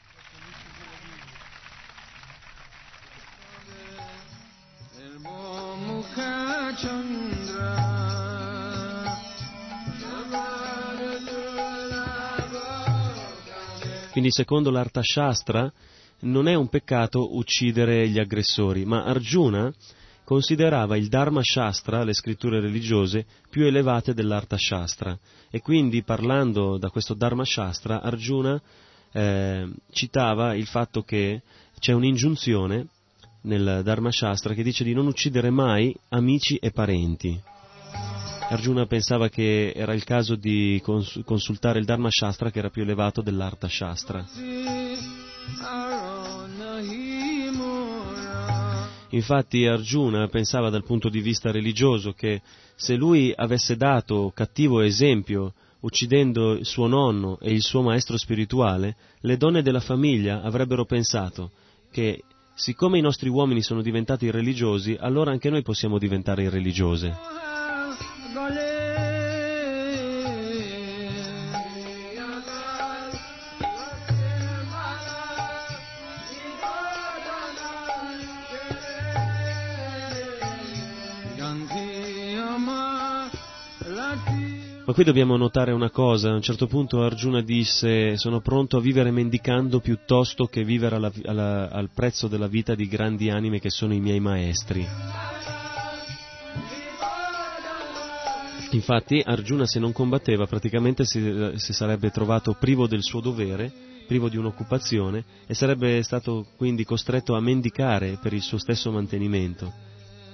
Quindi secondo l'Arthashastra non è un peccato uccidere gli aggressori, ma Arjuna considerava il Dharma Shastra, le scritture religiose, più elevate dell'Arthashastra, e quindi parlando da questo Dharma Shastra Arjuna eh, citava il fatto che c'è un'ingiunzione nel Dharma Shastra che dice di non uccidere mai amici e parenti. Arjuna pensava che era il caso di cons- consultare il Dharma Shastra, che era più elevato dell'Artha Shastra. Infatti Arjuna pensava dal punto di vista religioso che se lui avesse dato cattivo esempio uccidendo il suo nonno e il suo maestro spirituale, le donne della famiglia avrebbero pensato che siccome i nostri uomini sono diventati irreligiosi, allora anche noi possiamo diventare irreligiose. Ma qui dobbiamo notare una cosa: a un certo punto Arjuna disse: sono pronto a vivere mendicando piuttosto che vivere alla, alla, al prezzo della vita di grandi anime che sono i miei maestri. Infatti Arjuna, se non combatteva, praticamente si, si sarebbe trovato privo del suo dovere, privo di un'occupazione, e sarebbe stato quindi costretto a mendicare per il suo stesso mantenimento.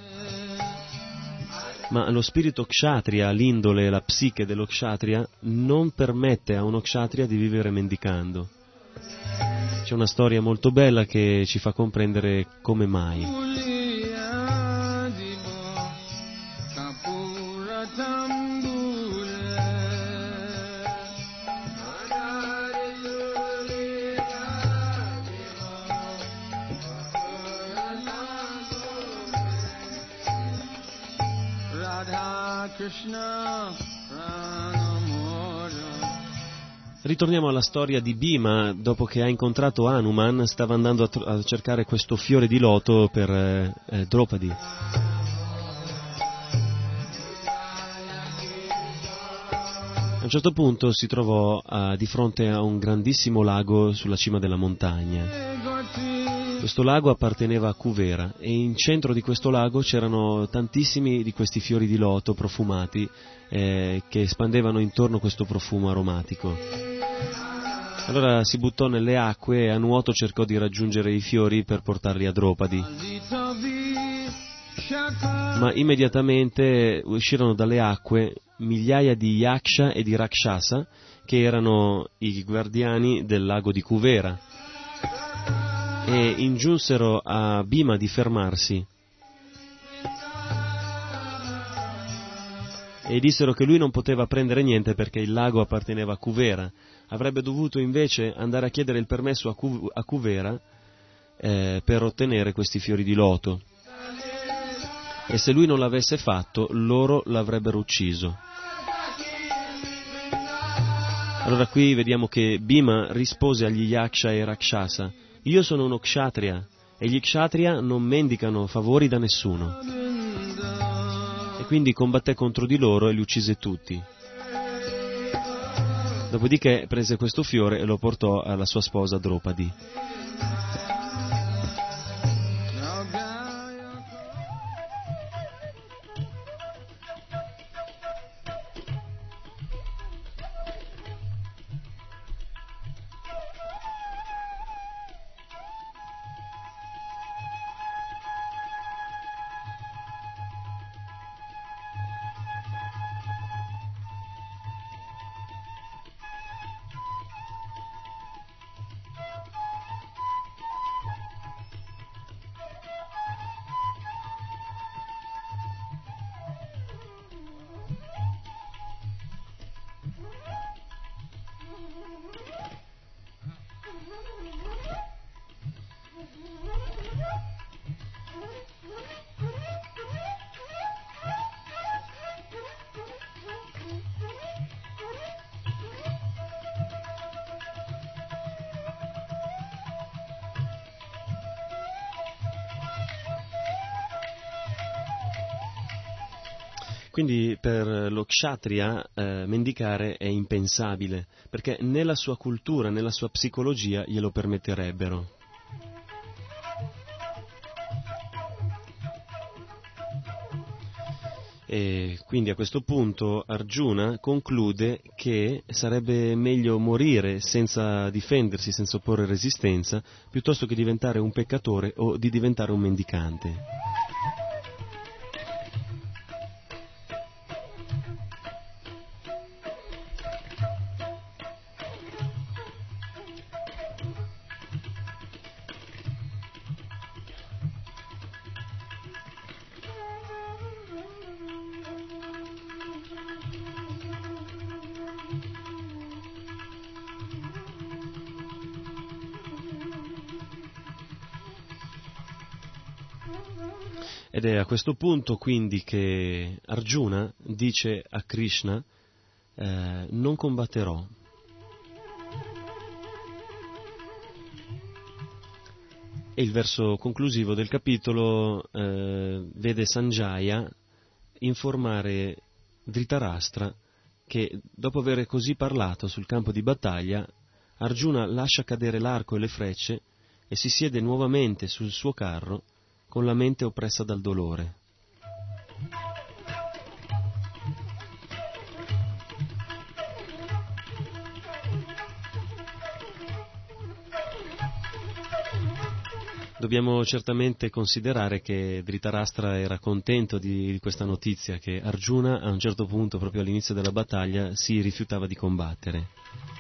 Ma lo spirito kshatriya, l'indole e la psiche dello kshatriya non permette a uno kshatriya di vivere mendicando. C'è una storia molto bella che ci fa comprendere come mai. Ritorniamo alla storia di Bhima. Dopo che ha incontrato Hanuman, stava andando a, tr- a cercare questo fiore di loto per eh, eh, Draupadi. A un certo punto si trovò uh, di fronte a un grandissimo lago sulla cima della montagna. Questo lago apparteneva a Kuvera e in centro di questo lago c'erano tantissimi di questi fiori di loto profumati eh, che espandevano intorno questo profumo aromatico. Allora si buttò nelle acque e a nuoto cercò di raggiungere i fiori per portarli a Draupadi. Ma immediatamente uscirono dalle acque migliaia di Yaksha e di Rakshasa, che erano i guardiani del lago di Kuvera, e ingiunsero a Bhima di fermarsi e dissero che lui non poteva prendere niente perché il lago apparteneva a Kuvera. Avrebbe dovuto invece andare a chiedere il permesso a, Ku- a Kuvera eh, per ottenere questi fiori di loto, e se lui non l'avesse fatto loro l'avrebbero ucciso. Allora qui vediamo che Bhima rispose agli Yaksha e Rakshasa: io sono uno kshatriya e gli kshatriya non mendicano favori da nessuno. E quindi combatté contro di loro e li uccise tutti. Dopodiché prese questo fiore e lo portò alla sua sposa Draupadi. Quindi per lo kshatriya eh, mendicare è impensabile, perché né la sua cultura né la sua psicologia glielo permetterebbero. E quindi a questo punto Arjuna conclude che sarebbe meglio morire senza difendersi, senza opporre resistenza, piuttosto che diventare un peccatore o di diventare un mendicante. Ed è a questo punto quindi che Arjuna dice a Krishna eh, non combatterò. E il verso conclusivo del capitolo eh, vede Sanjaya informare Dhritarashtra che dopo aver così parlato sul campo di battaglia, Arjuna lascia cadere l'arco e le frecce e si siede nuovamente sul suo carro con la mente oppressa dal dolore. Dobbiamo certamente considerare che Dhritarashtra era contento di questa notizia, che Arjuna a un certo punto, proprio all'inizio della battaglia, si rifiutava di combattere.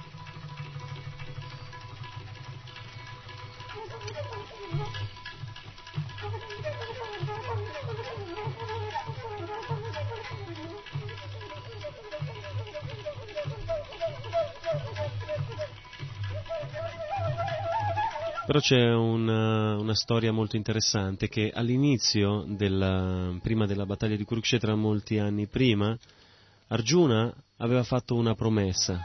Però c'è una, una storia molto interessante, che all'inizio, della, prima della battaglia di Kurukshetra, molti anni prima, Arjuna aveva fatto una promessa.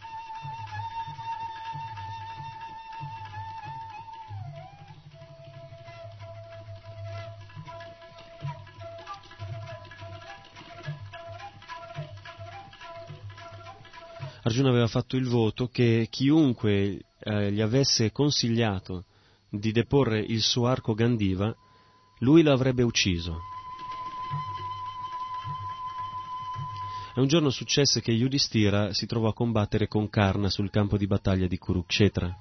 Arjuna aveva fatto il voto che chiunque eh, gli avesse consigliato di deporre il suo arco Gandiva, lui lo avrebbe ucciso. E un giorno successe che Yudhishthira si trovò a combattere con Karna sul campo di battaglia di Kurukshetra.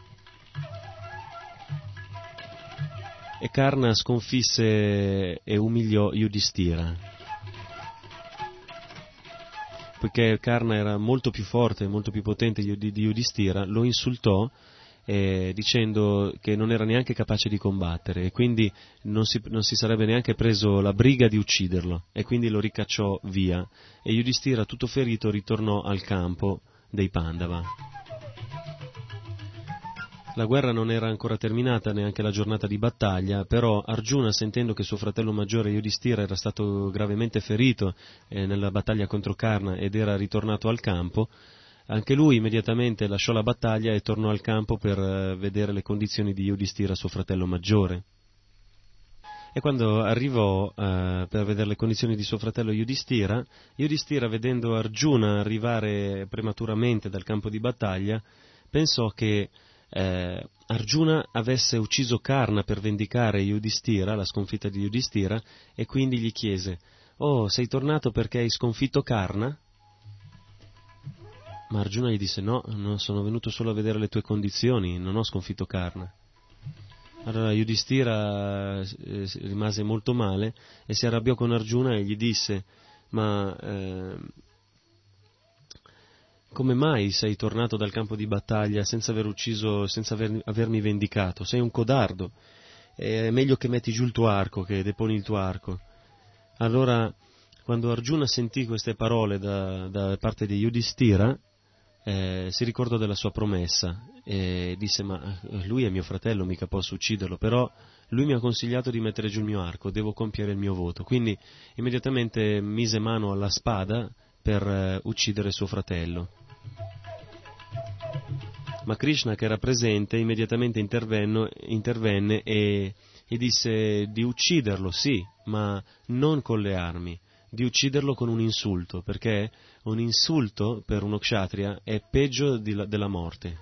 E Karna sconfisse e umiliò Yudhishthira. Poiché Karna era molto più forte, molto più potente di Yudhishthira, lo insultò eh, dicendo che non era neanche capace di combattere e quindi non si, non si sarebbe neanche preso la briga di ucciderlo, e quindi lo ricacciò via, e Yudhishthira, tutto ferito, ritornò al campo dei Pandava. La guerra non era ancora terminata, neanche la giornata di battaglia, però Arjuna, sentendo che suo fratello maggiore Yudhishthira era stato gravemente ferito eh, nella battaglia contro Karna ed era ritornato al campo, anche lui immediatamente lasciò la battaglia e tornò al campo per eh, vedere le condizioni di Yudhishthira, suo fratello maggiore. E quando arrivò eh, per vedere le condizioni di suo fratello Yudhishthira, Yudhishthira, vedendo Arjuna arrivare prematuramente dal campo di battaglia, pensò che Eh, Arjuna avesse ucciso Karna per vendicare Yudhishthira, la sconfitta di Yudhishthira, e quindi gli chiese: «Oh, sei tornato perché hai sconfitto Karna?» Ma Arjuna gli disse: «No, non sono venuto solo a vedere le tue condizioni, non ho sconfitto Karna». Allora Yudhishthira eh, rimase molto male e si arrabbiò con Arjuna e gli disse: «Ma eh, come mai sei tornato dal campo di battaglia senza aver ucciso, senza aver, avermi vendicato? Sei un codardo. È meglio che metti giù il tuo arco, che deponi il tuo arco». Allora, quando Arjuna sentì queste parole da, da parte di Yudhishthira, eh, si ricordò della sua promessa e disse: «Ma lui è mio fratello, mica posso ucciderlo, però lui mi ha consigliato di mettere giù il mio arco, devo compiere il mio voto». Quindi immediatamente mise mano alla spada per eh, uccidere suo fratello. Ma Krishna, che era presente, immediatamente intervenne e, e disse di ucciderlo, sì, ma non con le armi, di ucciderlo con un insulto, perché un insulto per uno kshatriya è peggio di la, della morte.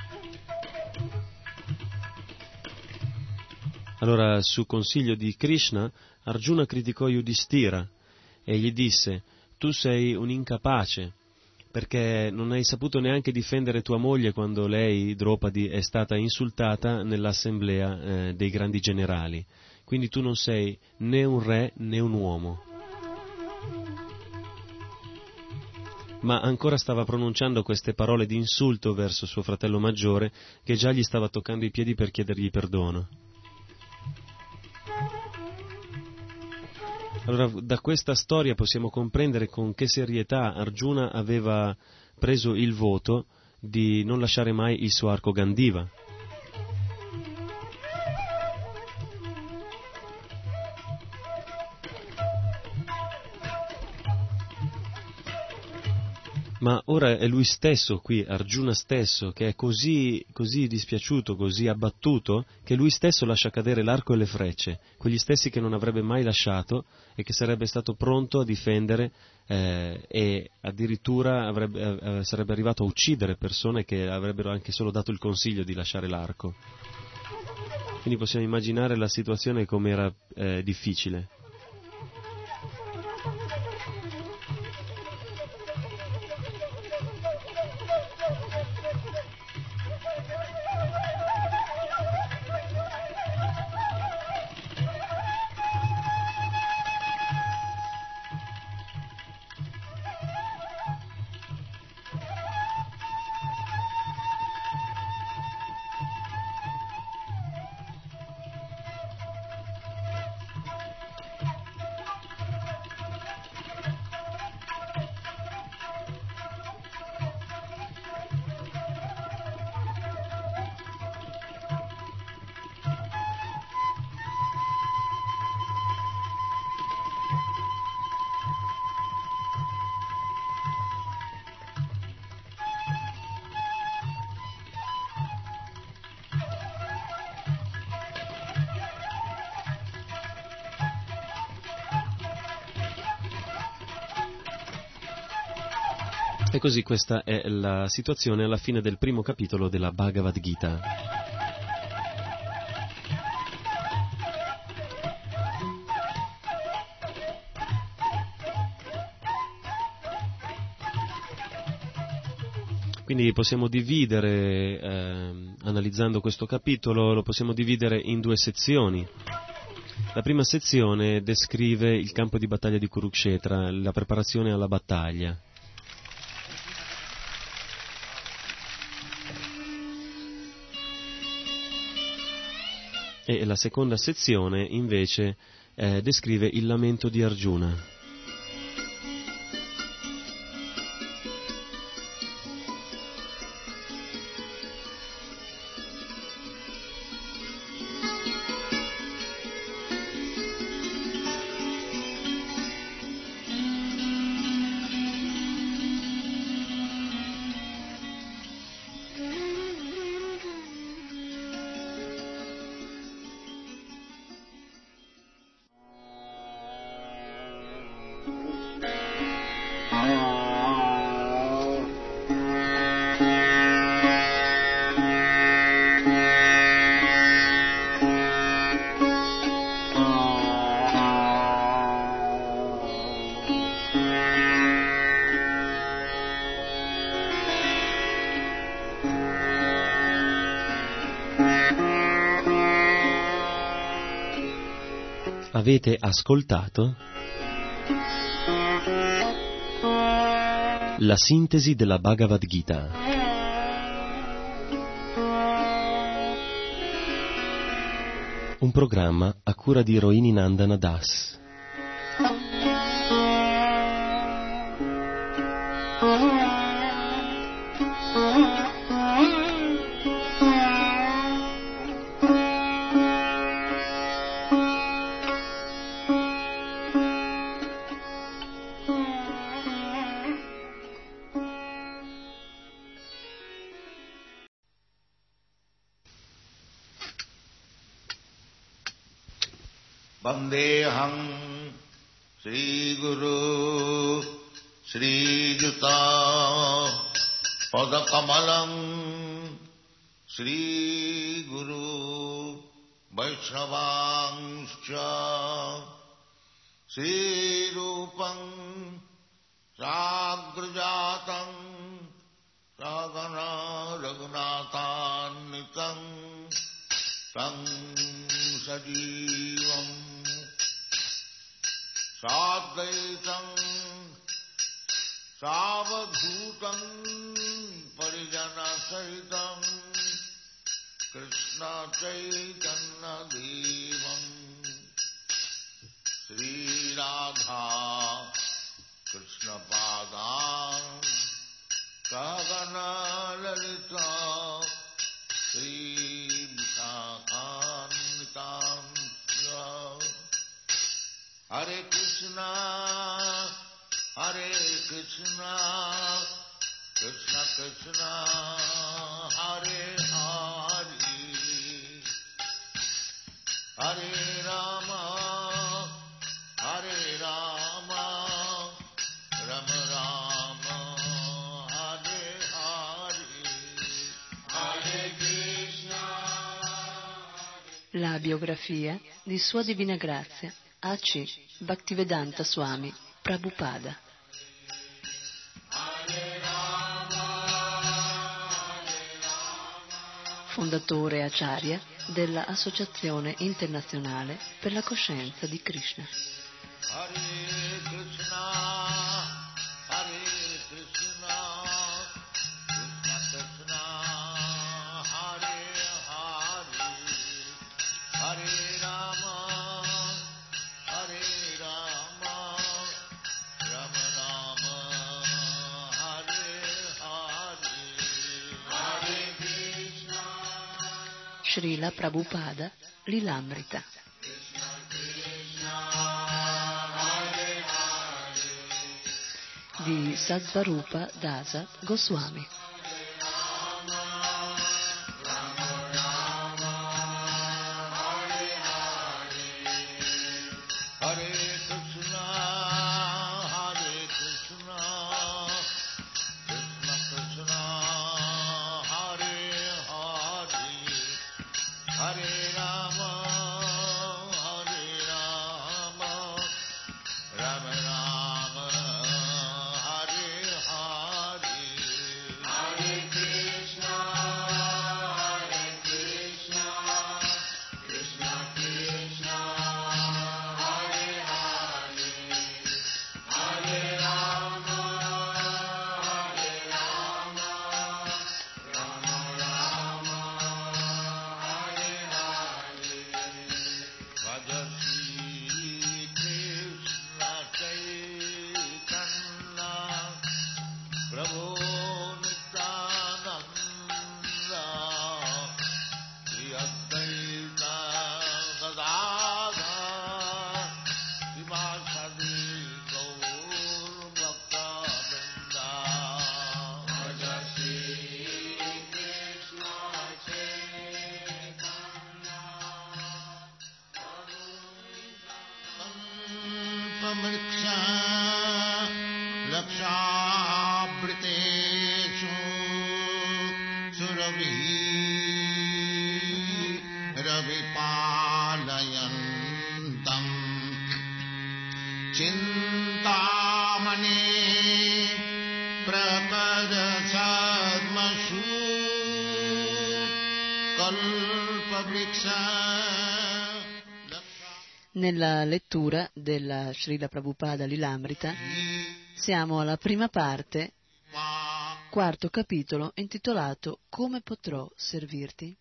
Allora, su consiglio di Krishna, Arjuna criticò Yudhishthira e gli disse: tu sei un incapace, perché non hai saputo neanche difendere tua moglie quando lei, Draupadi, è stata insultata nell'assemblea eh, dei grandi generali. Quindi tu non sei né un re né un uomo. Ma ancora stava pronunciando queste parole di insulto verso suo fratello maggiore, che già gli stava toccando i piedi per chiedergli perdono. Allora, da questa storia possiamo comprendere con che serietà Arjuna aveva preso il voto di non lasciare mai il suo arco Gandiva. Ma ora è lui stesso qui, Arjuna stesso, che è così, così dispiaciuto, così abbattuto, che lui stesso lascia cadere l'arco e le frecce, quegli stessi che non avrebbe mai lasciato e che sarebbe stato pronto a difendere eh, e addirittura avrebbe, eh, sarebbe arrivato a uccidere persone che avrebbero anche solo dato il consiglio di lasciare l'arco. Quindi possiamo immaginare la situazione come era eh, difficile. E così questa è la situazione alla fine del primo capitolo della Bhagavad Gita. Quindi possiamo dividere, eh, analizzando questo capitolo, lo possiamo dividere in due sezioni. La prima sezione descrive il campo di battaglia di Kurukshetra, la preparazione alla battaglia. E la seconda sezione invece eh, descrive il lamento di Arjuna. Avete ascoltato la sintesi della Bhagavad Gita. Un programma a cura di Rohini Nandana Das. Vandeham Sri Guru Sri Juta Padakamalam Sri Guru Vaishnavangscha Sri Rupam Sagrajatam Sagana Raghunatanitam Tam Sajivam Sadvaitam Savadhutam Parijana Sahitam Krishna Chaitanya Devam Sri Radha Krishna Padam Sagana Lalita Sri Visakhanitam Hare Krishna Hare Krishna Krishna Krishna Hare Hare Hare Rama Hare Rama Rama Rama Hare Hare Hare Krishna. La biografia di Sua Divina Grazia A C Bhaktivedanta Swami Prabhupada. Fondatore Acharya della Associazione Internazionale per la Coscienza di Krishna. Srila Prabhupada Lilamrita. Di Sattvarupa Dasa Goswami. Nella lettura della Srila Prabhupada Lilamrita siamo alla prima parte, quarto capitolo, intitolato Come potrò servirti?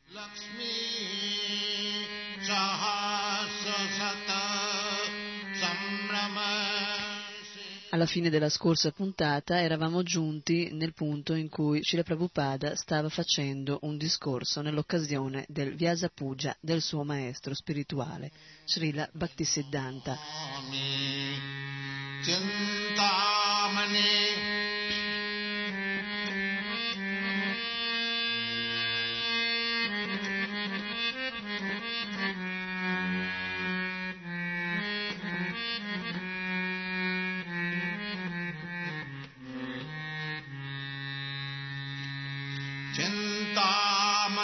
Alla fine della scorsa puntata eravamo giunti nel punto in cui Srila Prabhupada stava facendo un discorso nell'occasione del Vyasa Puja del suo maestro spirituale, Srila Bhaktisiddhanta.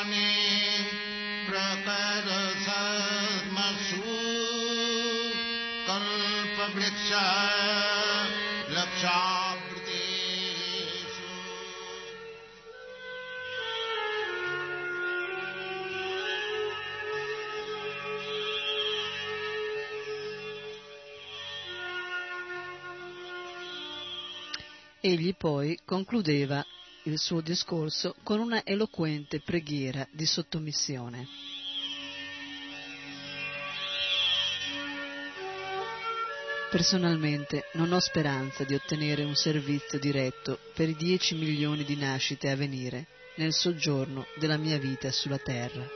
Egli poi concludeva il suo discorso con una eloquente preghiera di sottomissione. Personalmente non ho speranza di ottenere un servizio diretto per i dieci milioni di nascite a venire nel soggiorno della mia vita sulla terra.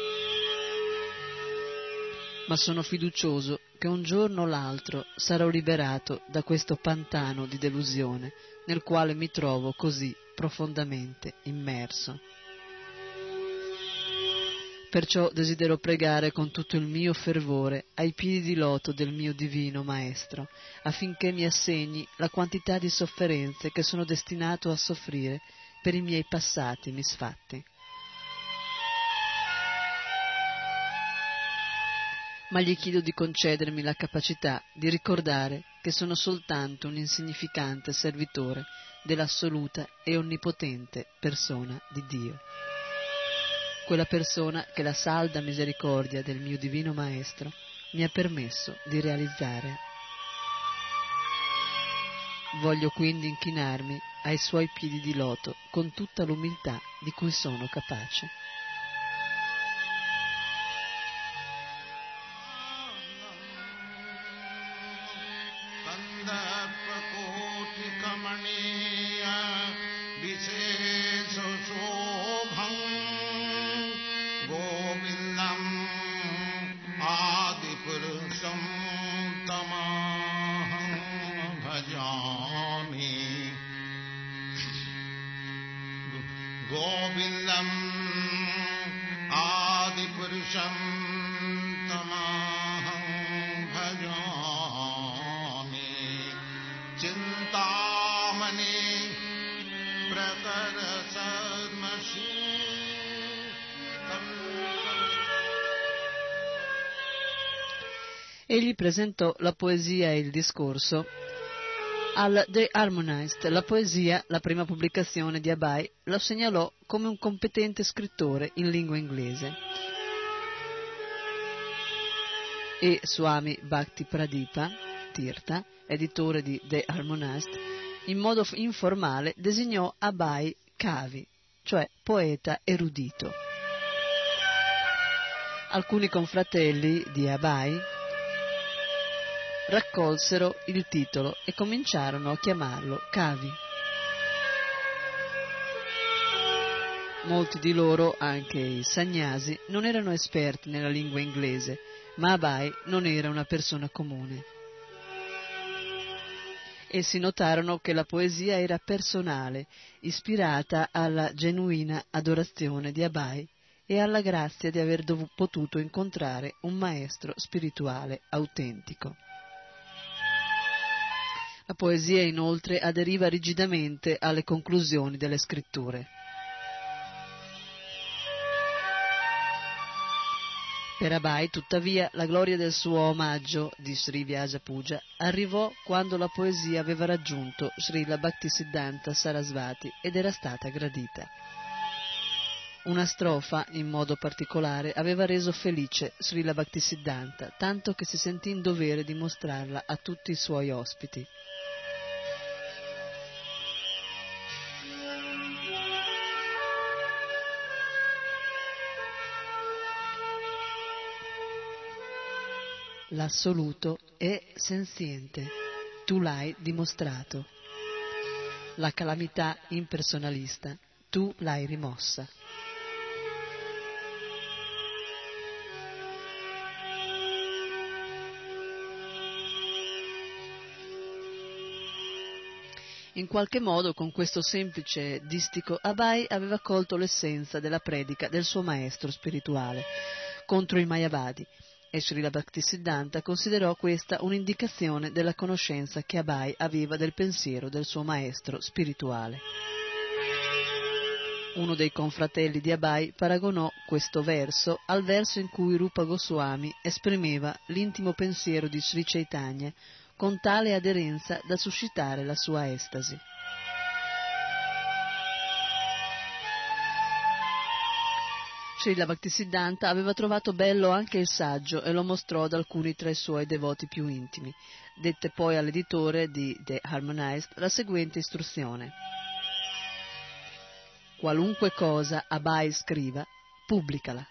Ma sono fiducioso che un giorno o l'altro sarò liberato da questo pantano di delusione nel quale mi trovo così profondamente immerso. Perciò desidero pregare con tutto il mio fervore ai piedi di loto del mio divino Maestro, affinché mi assegni la quantità di sofferenze che sono destinato a soffrire per i miei passati misfatti. Ma gli chiedo di concedermi la capacità di ricordare che sono soltanto un insignificante servitore dell'assoluta e onnipotente persona di Dio. Quella persona che la salda misericordia del mio divino Maestro mi ha permesso di realizzare. Voglio quindi inchinarmi ai suoi piedi di loto con tutta l'umiltà di cui sono capace. Egli presentò la poesia e il discorso al The Harmonist. La poesia, la prima pubblicazione di Abai, lo segnalò come un competente scrittore in lingua inglese. E Swami Bhakti Pradipa Tirtha, editore di The Harmonist, in modo informale designò Abai Kavi, cioè poeta erudito. Alcuni confratelli di Abai raccolsero il titolo e cominciarono a chiamarlo Kavi. Molti di loro, anche i sannyasi, non erano esperti nella lingua inglese, ma Abai non era una persona comune. Essi notarono che la poesia era personale, ispirata alla genuina adorazione di Abai e alla grazia di aver dov- potuto incontrare un maestro spirituale autentico. La poesia inoltre aderiva rigidamente alle conclusioni delle scritture. Per Abai, tuttavia, la gloria del suo omaggio di Sri Vyasa Puja arrivò quando la poesia aveva raggiunto Srila Bhaktisiddhanta Sarasvati ed era stata gradita. Una strofa, in modo particolare, aveva reso felice Srila Bhaktisiddhanta, tanto che si sentì in dovere di mostrarla a tutti i suoi ospiti. L'assoluto è senziente, tu l'hai dimostrato. La calamità impersonalista, tu l'hai rimossa. In qualche modo, con questo semplice distico, Abai aveva colto l'essenza della predica del suo maestro spirituale contro i Mayavadi, e Srila Bhaktisiddhanta considerò questa un'indicazione della conoscenza che Abai aveva del pensiero del suo maestro spirituale. Uno dei confratelli di Abai paragonò questo verso al verso in cui Rupa Goswami esprimeva l'intimo pensiero di Sri Chaitanya con tale aderenza da suscitare la sua estasi. Srila Bhaktisiddhanta aveva trovato bello anche il saggio e lo mostrò ad alcuni tra i suoi devoti più intimi. Dette poi all'editore di The Harmonized la seguente istruzione: qualunque cosa Abai scriva, pubblicala.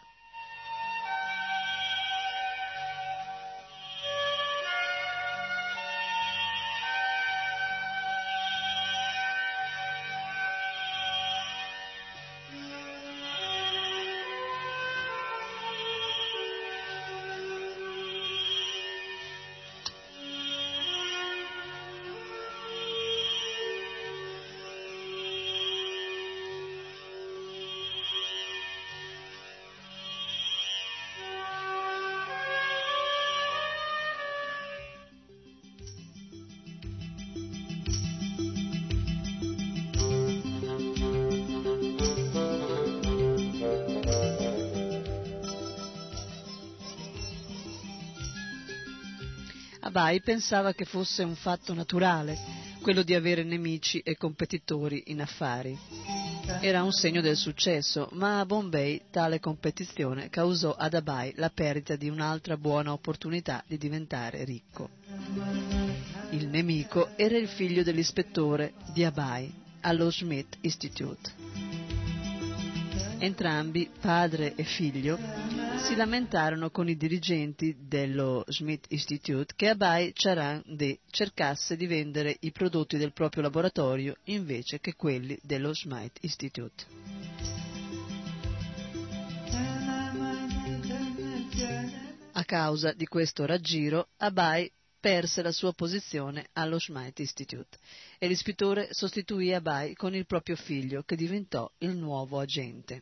Abai pensava che fosse un fatto naturale quello di avere nemici e competitori in affari. Era un segno del successo, ma a Bombay tale competizione causò ad Abai la perdita di un'altra buona opportunità di diventare ricco. Il nemico era il figlio dell'ispettore di Abai allo Schmidt Institute. Entrambi, padre e figlio, si lamentarono con i dirigenti dello Schmidt Institute che Abai Charan De cercasse di vendere i prodotti del proprio laboratorio invece che quelli dello Schmidt Institute. A causa di questo raggiro, Abai perse la sua posizione allo Schmidt Institute e l'ispetore sostituì Abai con il proprio figlio, che diventò il nuovo agente.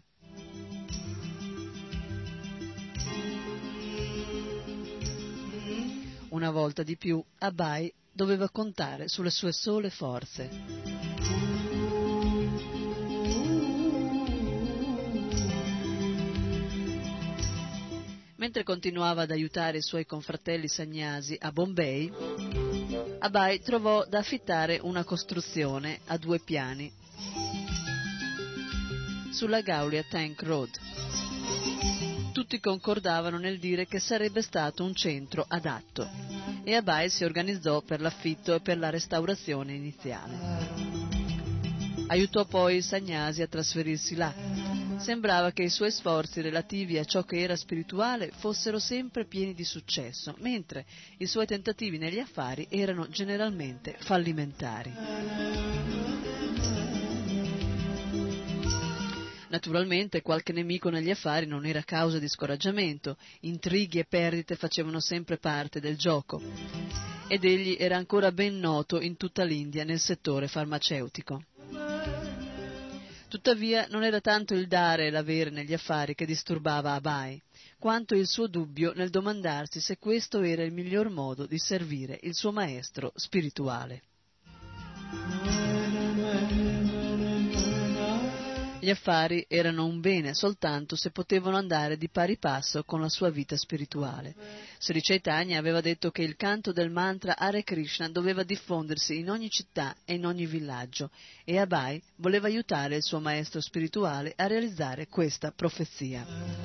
Una volta di più, Abai doveva contare sulle sue sole forze. Mentre continuava ad aiutare i suoi confratelli sagnasi a Bombay, Abai trovò da affittare una costruzione a due piani sulla Gaulia Tank Road. Tutti concordavano nel dire che sarebbe stato un centro adatto e Abai si organizzò per l'affitto e per la restaurazione iniziale. Aiutò poi i sagnasi a trasferirsi là. Sembrava che i suoi sforzi relativi a ciò che era spirituale fossero sempre pieni di successo, mentre i suoi tentativi negli affari erano generalmente fallimentari. Naturalmente qualche nemico negli affari non era causa di scoraggiamento, intrighi e perdite facevano sempre parte del gioco, ed egli era ancora ben noto in tutta l'India nel settore farmaceutico. Tuttavia non era tanto il dare e l'avere negli affari che disturbava Abai, quanto il suo dubbio nel domandarsi se questo era il miglior modo di servire il suo maestro spirituale. Gli affari erano un bene soltanto se potevano andare di pari passo con la sua vita spirituale. Sri Chaitanya aveva detto che il canto del mantra Hare Krishna doveva diffondersi in ogni città e in ogni villaggio, e Abai voleva aiutare il suo maestro spirituale a realizzare questa profezia,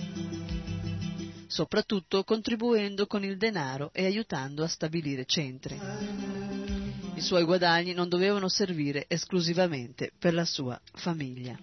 soprattutto contribuendo con il denaro e aiutando a stabilire centri. I suoi guadagni non dovevano servire esclusivamente per la sua famiglia.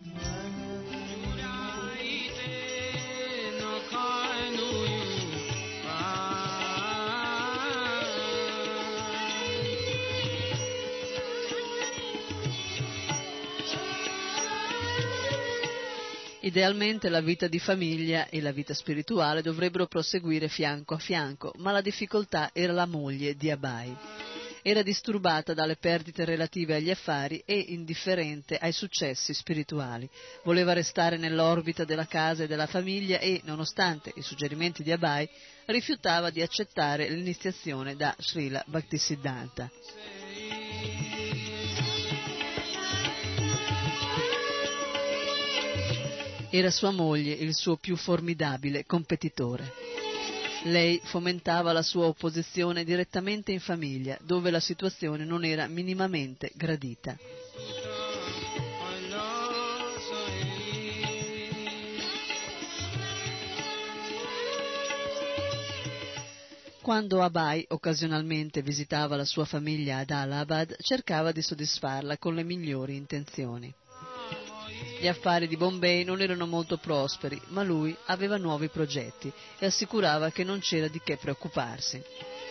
Idealmente la vita di famiglia e la vita spirituale dovrebbero proseguire fianco a fianco, ma la difficoltà era la moglie di Abai. Era disturbata dalle perdite relative agli affari e indifferente ai successi spirituali. Voleva restare nell'orbita della casa e della famiglia e, nonostante i suggerimenti di Abai, rifiutava di accettare l'iniziazione da Srila Bhaktisiddhanta. Era sua moglie il suo più formidabile competitore. Lei fomentava la sua opposizione direttamente in famiglia, dove la situazione non era minimamente gradita. Quando Abai occasionalmente visitava la sua famiglia ad Allahabad, cercava di soddisfarla con le migliori intenzioni. Gli affari di Bombay non erano molto prosperi, ma lui aveva nuovi progetti e assicurava che non c'era di che preoccuparsi.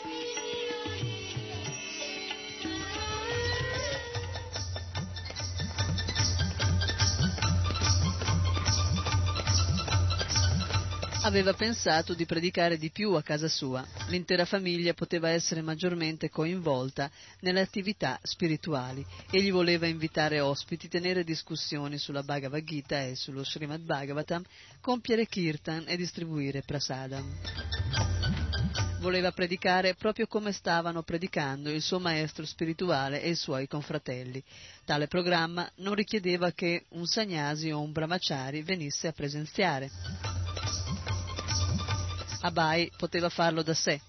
Aveva pensato di predicare di più a casa sua. L'intera famiglia poteva essere maggiormente coinvolta nelle attività spirituali. Egli voleva invitare ospiti, tenere discussioni sulla Bhagavad Gita e sullo Srimad Bhagavatam, compiere kirtan e distribuire prasadam. Voleva predicare proprio come stavano predicando il suo maestro spirituale e i suoi confratelli. Tale programma non richiedeva che un sannyasi o un brahmachari venisse a presenziare. Abai poteva farlo da sé.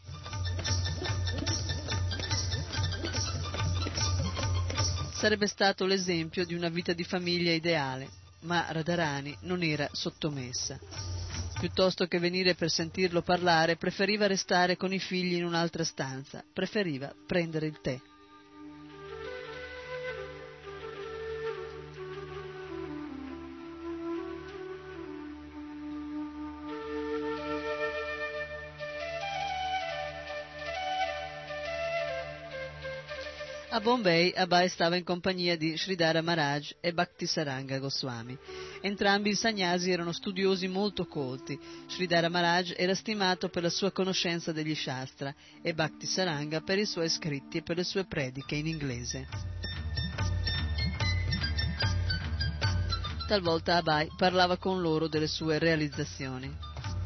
Sarebbe stato l'esempio di una vita di famiglia ideale, ma Radharani non era sottomessa. Piuttosto che venire per sentirlo parlare, preferiva restare con i figli in un'altra stanza, preferiva prendere il tè. A Bombay, Abai stava in compagnia di Sridhara Maharaj e Bhaktisaranga Goswami. Entrambi i sannyasi erano studiosi molto colti. Sridhara Maharaj era stimato per la sua conoscenza degli Shastra e Bhaktisaranga per i suoi scritti e per le sue prediche in inglese. Talvolta Abai parlava con loro delle sue realizzazioni.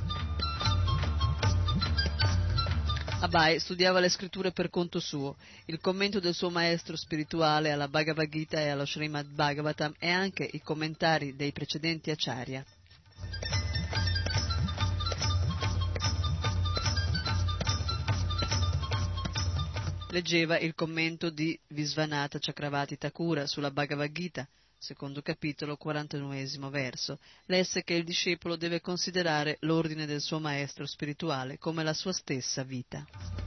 Abai studiava le scritture per conto suo, il commento del suo maestro spirituale alla Bhagavad Gita e allo Srimad Bhagavatam e anche i commentari dei precedenti acharya. Leggeva il commento di Visvanatha Chakravarti Thakura sulla Bhagavad Gita, secondo capitolo, quarantanovesimo verso, lesse che il discepolo deve considerare l'ordine del suo maestro spirituale come la sua stessa vita.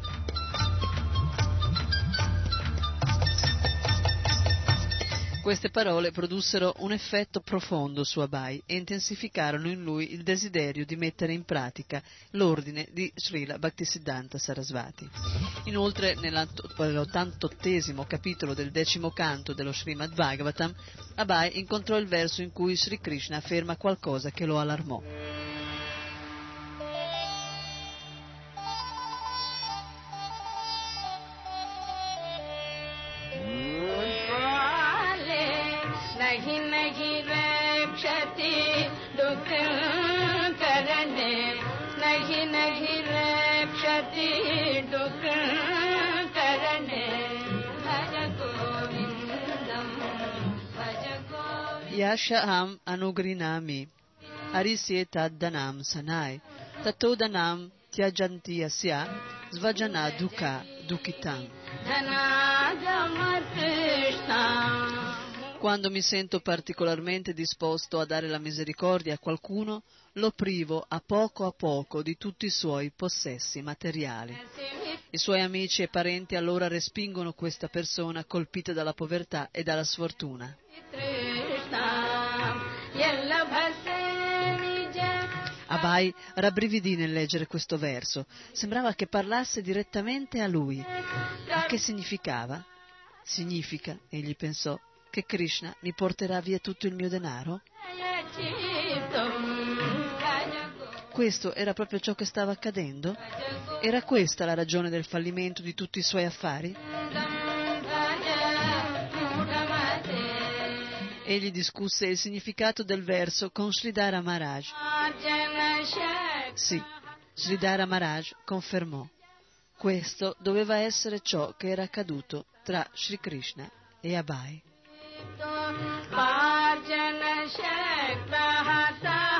Queste parole produssero un effetto profondo su Abai e intensificarono in lui il desiderio di mettere in pratica l'ordine di Srila Bhaktisiddhanta Sarasvati. Inoltre, nell'ottantottesimo capitolo del decimo canto dello Srimad Bhagavatam, Abai incontrò il verso in cui Sri Krishna afferma qualcosa che lo allarmò. Yashaham anugrinami arisye taddanam sanai tatodanam tyajanti asya svajana dukha dukitam. Quando mi sento particolarmente disposto a dare la misericordia a qualcuno, lo privo a poco a poco di tutti i suoi possessi materiali. I suoi amici e parenti allora respingono questa persona colpita dalla povertà e dalla sfortuna. Abai rabbrividì nel leggere questo verso. Sembrava che parlasse direttamente a lui. Ma che significava? Significa, egli pensò, che Krishna mi porterà via tutto il mio denaro? Questo era proprio ciò che stava accadendo? Era questa la ragione del fallimento di tutti i suoi affari? Egli discusse il significato del verso con Sridhara Maharaj. Sì, Sridhara Maharaj confermò. Questo doveva essere ciò che era accaduto tra Sri Krishna e Abai.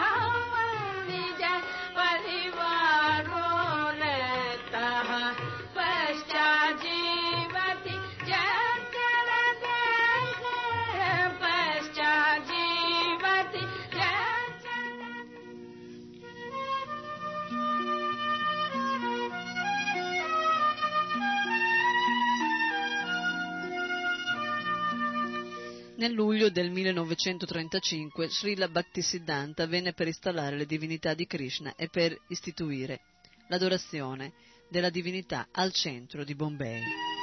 Nel luglio del millenovecentotrentacinque Srila Bhaktisiddhanta venne per installare le divinità di Krishna e per istituire l'adorazione della divinità al centro di Bombay.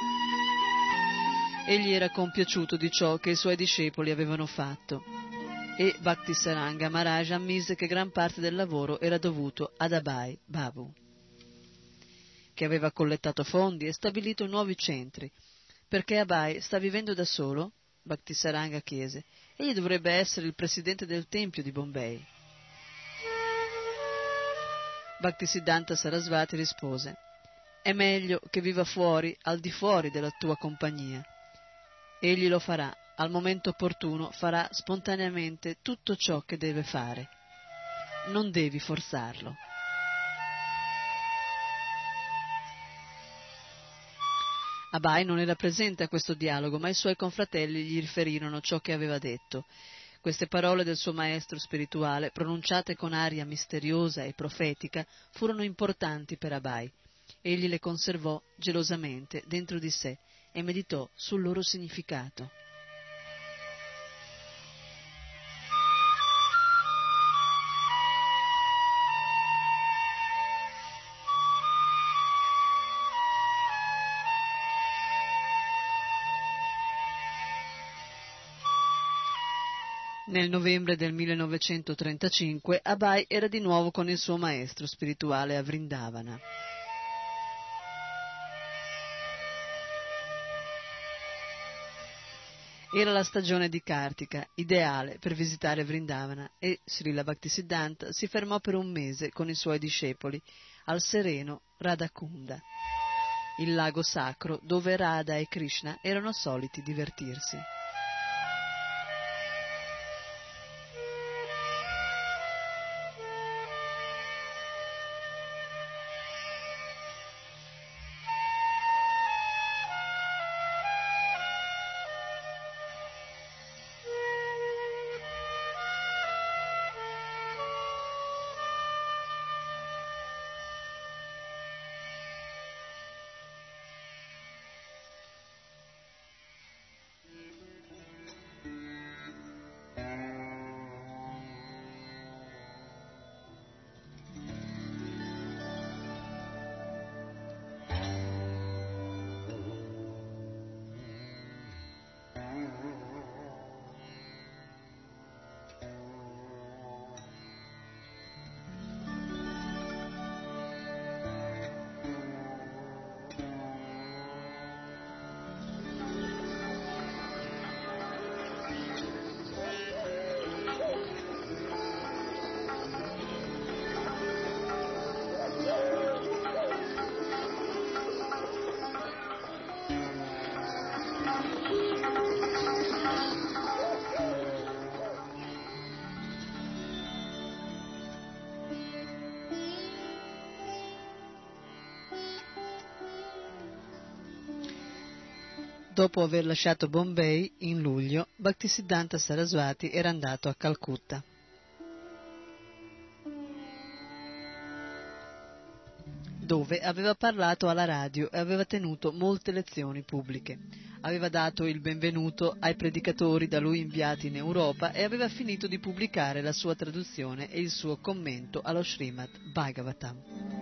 Egli era compiaciuto di ciò che i suoi discepoli avevano fatto e Bhaktisaranga Maharaj ammise che gran parte del lavoro era dovuto ad Abhay Babu, che aveva collettato fondi e stabilito nuovi centri. Perché Abhay sta vivendo da solo? Bhaktisaranga chiese. Egli dovrebbe essere il presidente del tempio di Bombay. Bhaktisiddhanta Sarasvati rispose: è meglio che viva fuori, al di fuori della tua compagnia. Egli lo farà, al momento opportuno farà spontaneamente tutto ciò che deve fare. Non devi forzarlo. Abhay non era presente a questo dialogo, ma i suoi confratelli gli riferirono ciò che aveva detto. Queste parole del suo maestro spirituale, pronunciate con aria misteriosa e profetica, furono importanti per Abhay. Egli le conservò gelosamente dentro di sé e meditò sul loro significato. Nel novembre del millenovecentotrentacinque Abhay era di nuovo con il suo maestro spirituale a Vrindavana. Era la stagione di Kartika, ideale per visitare Vrindavana, e Srila Bhaktisiddhanta si fermò per un mese con i suoi discepoli al sereno Radhakunda, il lago sacro dove Radha e Krishna erano soliti divertirsi. Dopo aver lasciato Bombay in luglio, Bhaktisiddhanta Sarasvati era andato a Calcutta. Dove aveva parlato alla radio e aveva tenuto molte lezioni pubbliche. Aveva dato il benvenuto ai predicatori da lui inviati in Europa e aveva finito di pubblicare la sua traduzione e il suo commento allo Srimad Bhagavatam.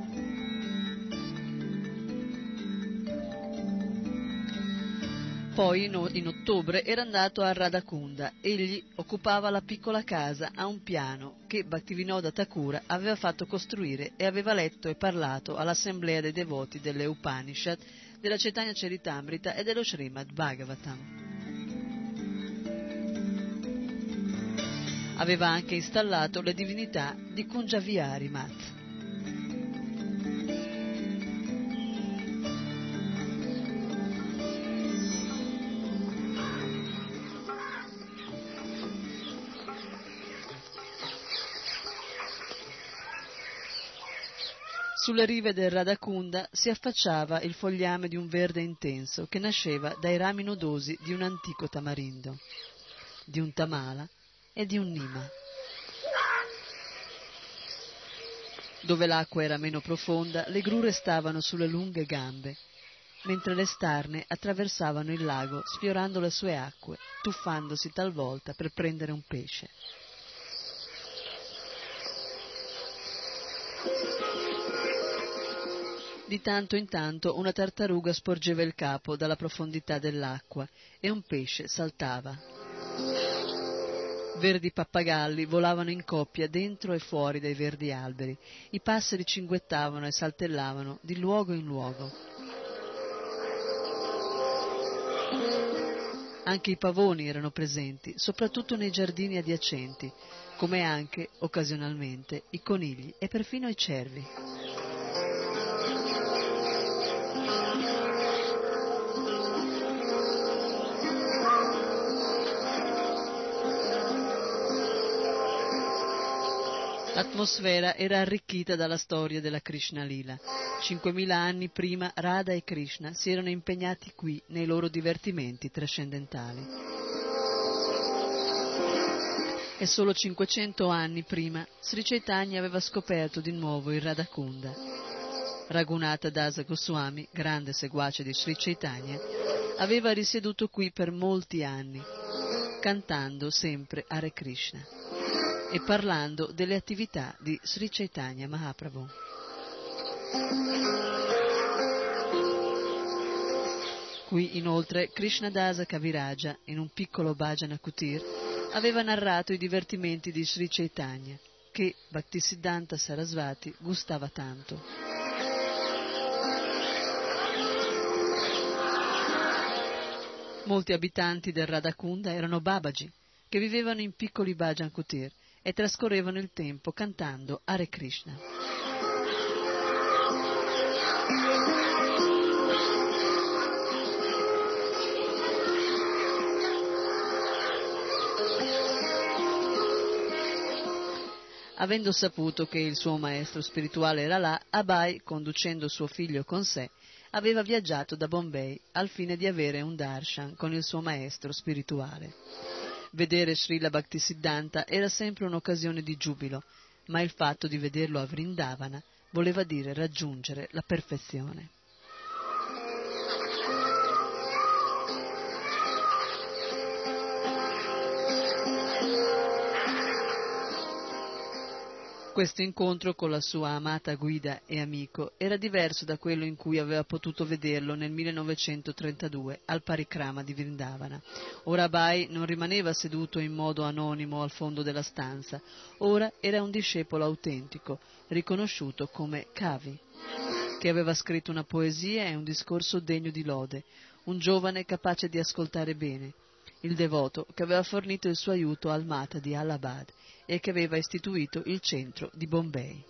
Poi in ottobre era andato a Radhakunda. Egli occupava la piccola casa a un piano che Bhaktivinoda Thakura aveva fatto costruire e aveva letto e parlato all'assemblea dei devoti delle Upanishad, della Chaitanya Charitamrita e dello Srimad Bhagavatam. Aveva anche installato le divinità di Kunjaviari Mat. Sulle rive del Radhakunda si affacciava il fogliame di un verde intenso che nasceva dai rami nodosi di un antico tamarindo, di un tamala e di un nima. Dove l'acqua era meno profonda, le gru restavano sulle lunghe gambe. mentre le starne attraversavano il lago sfiorando le sue acque, tuffandosi talvolta per prendere un pesce. Di tanto in tanto una tartaruga sporgeva il capo dalla profondità dell'acqua e un pesce saltava. Verdi pappagalli volavano in coppia dentro e fuori dai verdi alberi, i passeri cinguettavano e saltellavano di luogo in luogo. Anche i pavoni erano presenti, soprattutto nei giardini adiacenti, come anche, occasionalmente, i conigli e perfino i cervi. L'atmosfera era arricchita dalla storia della Krishna Lila. Cinquemila anni prima Radha e Krishna si erano impegnati qui nei loro divertimenti trascendentali. E solo cinquecento anni prima Sri Chaitanya aveva scoperto di nuovo il Radhakunda. Raghunatha Dasa Goswami, grande seguace di Sri Chaitanya, aveva risieduto qui per molti anni, cantando sempre Hare Krishna e parlando delle attività di Sri Chaitanya Mahaprabhu. Qui inoltre Krishnadasa Kaviraja, in un piccolo bhajana kutir, aveva narrato i divertimenti di Sri Chaitanya, che Bhaktisiddhanta Sarasvati gustava tanto. Molti abitanti del Radhakunda erano Babaji, che vivevano in piccoli bhajan kutir e trascorrevano il tempo cantando Hare Krishna. Avendo saputo che il suo maestro spirituale era là, Abai, conducendo suo figlio con sé, aveva viaggiato da Bombay al fine di avere un darshan con il suo maestro spirituale. Vedere Srila Bhaktisiddhanta era sempre un'occasione di giubilo, ma il fatto di vederlo a Vrindavana voleva dire raggiungere la perfezione. Questo incontro con la sua amata guida e amico era diverso da quello in cui aveva potuto vederlo nel millenovecentotrentadue al Parikrama di Vrindavana. Ora Abai non rimaneva seduto in modo anonimo al fondo della stanza, ora era un discepolo autentico, riconosciuto come Kavi, che aveva scritto una poesia e un discorso degno di lode, un giovane capace di ascoltare bene, il devoto che aveva fornito il suo aiuto al Mata di Allahabad e che aveva istituito il centro di Bombay.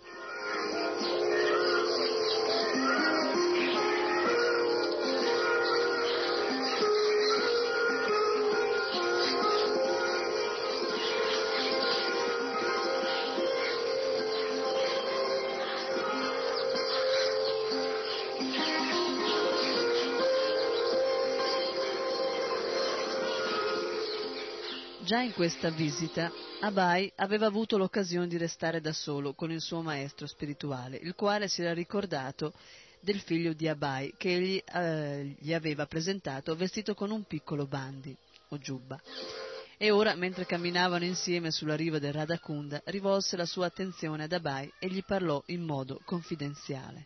Già in questa visita, Abai aveva avuto l'occasione di restare da solo con il suo maestro spirituale, il quale si era ricordato del figlio di Abai che egli eh, gli aveva presentato vestito con un piccolo bandi, o giubba. E ora, mentre camminavano insieme sulla riva del Radhakunda, rivolse la sua attenzione ad Abai e gli parlò in modo confidenziale.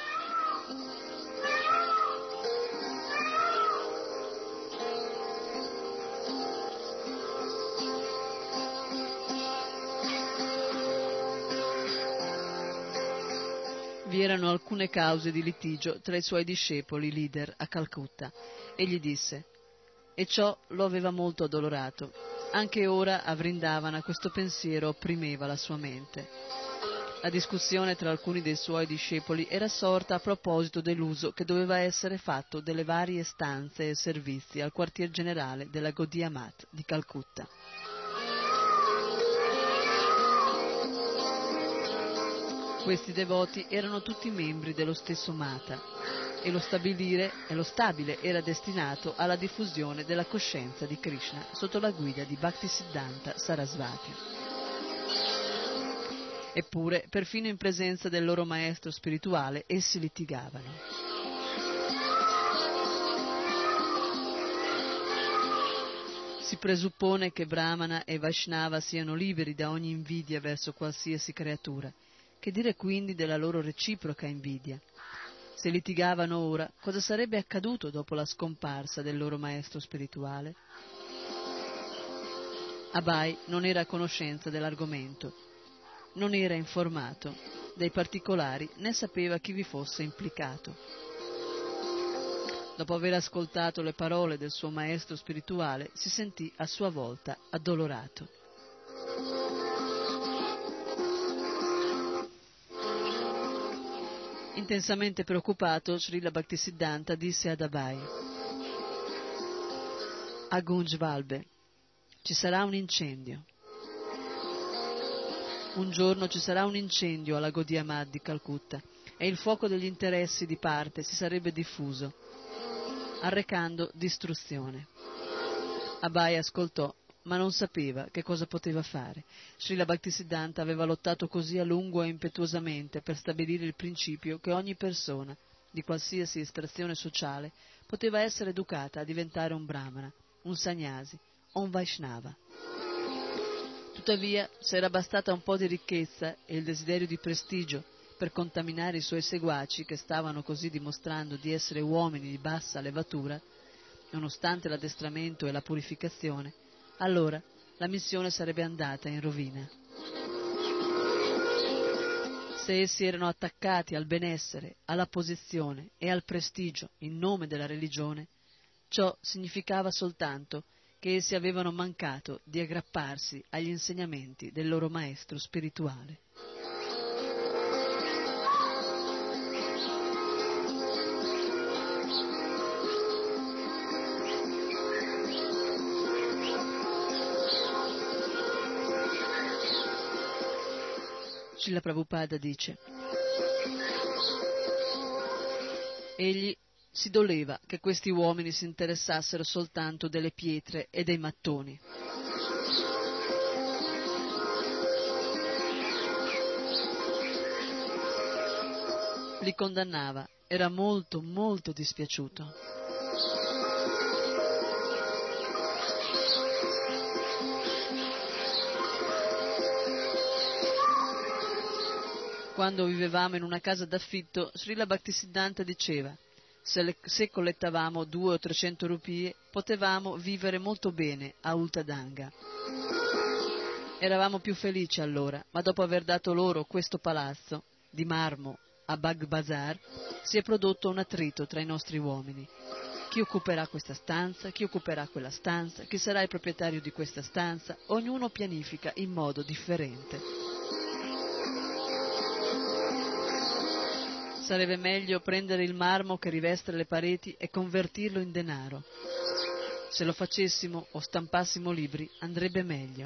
Vi erano alcune cause di litigio tra i suoi discepoli leader a Calcutta. Egli disse: e ciò lo aveva molto addolorato. Anche ora a Vrindavana questo pensiero opprimeva la sua mente. La discussione tra alcuni dei suoi discepoli era sorta a proposito dell'uso che doveva essere fatto delle varie stanze e servizi al quartier generale della Gaudiya Math di Calcutta. Questi devoti erano tutti membri dello stesso Mata e lo stabilire e lo stabile era destinato alla diffusione della coscienza di Krishna sotto la guida di Bhaktisiddhanta Sarasvati. Eppure, perfino in presenza del loro maestro spirituale, essi litigavano. Si presuppone che Brahmana e Vaishnava siano liberi da ogni invidia verso qualsiasi creatura. Che dire quindi della loro reciproca invidia? Se litigavano ora, cosa sarebbe accaduto dopo la scomparsa del loro maestro spirituale? Abai non era a conoscenza dell'argomento, non era informato dei particolari né sapeva chi vi fosse implicato. Dopo aver ascoltato le parole del suo maestro spirituale, si sentì a sua volta addolorato. Intensamente preoccupato, Srila Bhaktisiddhanta disse ad Abai: a Gunjvalbe ci sarà un incendio. Un giorno ci sarà un incendio alla Gaudiya Math di Calcutta e il fuoco degli interessi di parte si sarebbe diffuso, arrecando distruzione. Abai ascoltò, ma non sapeva che cosa poteva fare. Srila Bhaktisiddhanta aveva lottato così a lungo e impetuosamente per stabilire il principio che ogni persona, di qualsiasi estrazione sociale, poteva essere educata a diventare un brahmana, un sannyasi o un vaishnava. Tuttavia, se era bastata un po' di ricchezza e il desiderio di prestigio per contaminare i suoi seguaci, che stavano così dimostrando di essere uomini di bassa levatura, nonostante l'addestramento e la purificazione, allora la missione sarebbe andata in rovina. Se essi erano attaccati al benessere, alla posizione e al prestigio in nome della religione, ciò significava soltanto che essi avevano mancato di aggrapparsi agli insegnamenti del loro maestro spirituale. Srila Prabhupada dice: egli si doleva che questi uomini si interessassero soltanto delle pietre e dei mattoni. Li condannava, era molto, molto dispiaciuto. Quando vivevamo in una casa d'affitto, Srila Bhaktisiddhanta diceva: se, le, se collettavamo due o trecento rupie, potevamo vivere molto bene a Ultadanga. Eravamo più felici allora, ma dopo aver dato loro questo palazzo di marmo a Bag Bazar, si è prodotto un attrito tra i nostri uomini. Chi occuperà questa stanza? Chi occuperà quella stanza? Chi sarà il proprietario di questa stanza? Ognuno pianifica in modo differente. Sarebbe meglio prendere il marmo che riveste le pareti e convertirlo in denaro. Se lo facessimo o stampassimo libri, andrebbe meglio.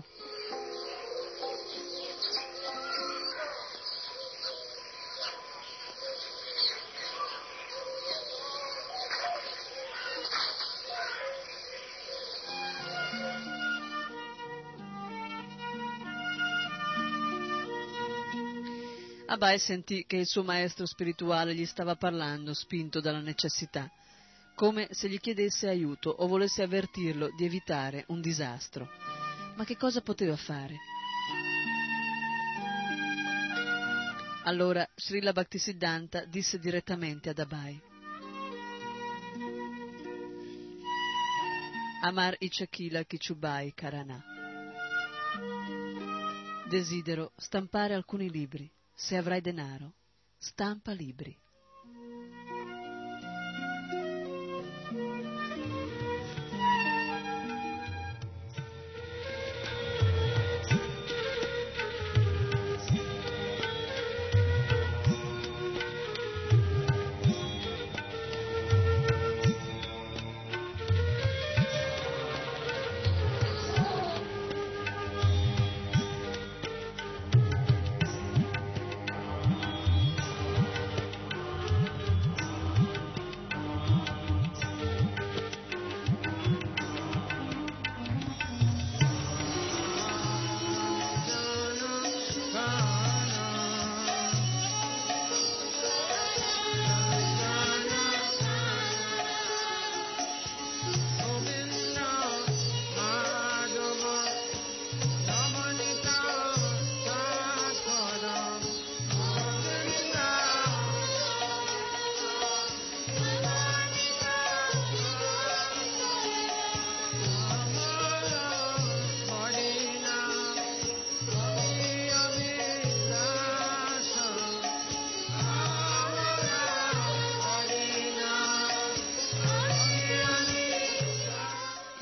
Abai sentì che il suo maestro spirituale gli stava parlando, spinto dalla necessità, come se gli chiedesse aiuto o volesse avvertirlo di evitare un disastro. Ma che cosa poteva fare? Allora Srila Bhaktisiddhanta disse direttamente ad Abai: Amar Ichakila Kichubai Karana. Desidero stampare alcuni libri. Se avrai denaro, stampa libri.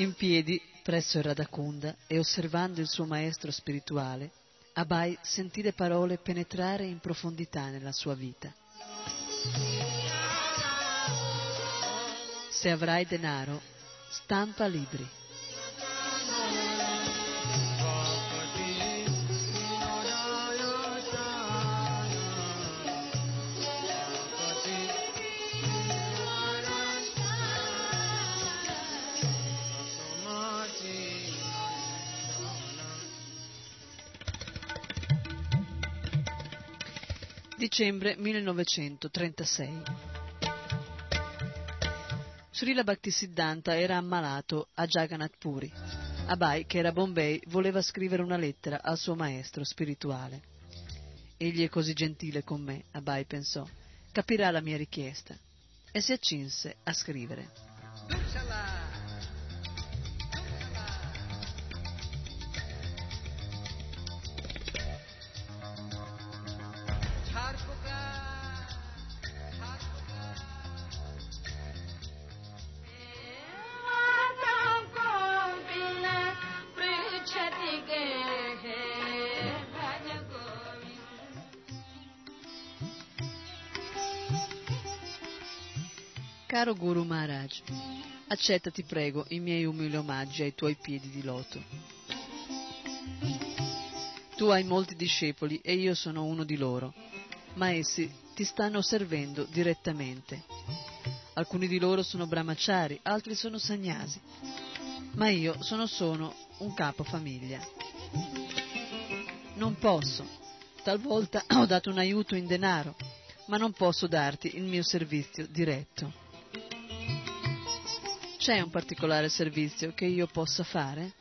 In piedi presso il Radhakunda e osservando il suo maestro spirituale, Abhay sentì le parole penetrare in profondità nella sua vita. Se avrai denaro, stampa libri. Dicembre millenovecentotrentasei. Srila Bhaktisiddhanta era ammalato a Jagannath Puri. Abhay, che era a Bombay, voleva scrivere una lettera al suo maestro spirituale. Egli è così gentile con me, Abhay pensò, capirà la mia richiesta, e si accinse a scrivere. Caro Guru Maharaj, accetta, ti prego, i miei umili omaggi ai tuoi piedi di loto. Tu hai molti discepoli e io sono uno di loro, ma essi ti stanno servendo direttamente. Alcuni di loro sono brahmachari, altri sono sannyasi, ma io sono solo un capofamiglia. Non posso, talvolta ho dato un aiuto in denaro, ma non posso darti il mio servizio diretto. C'è un particolare servizio che io possa fare?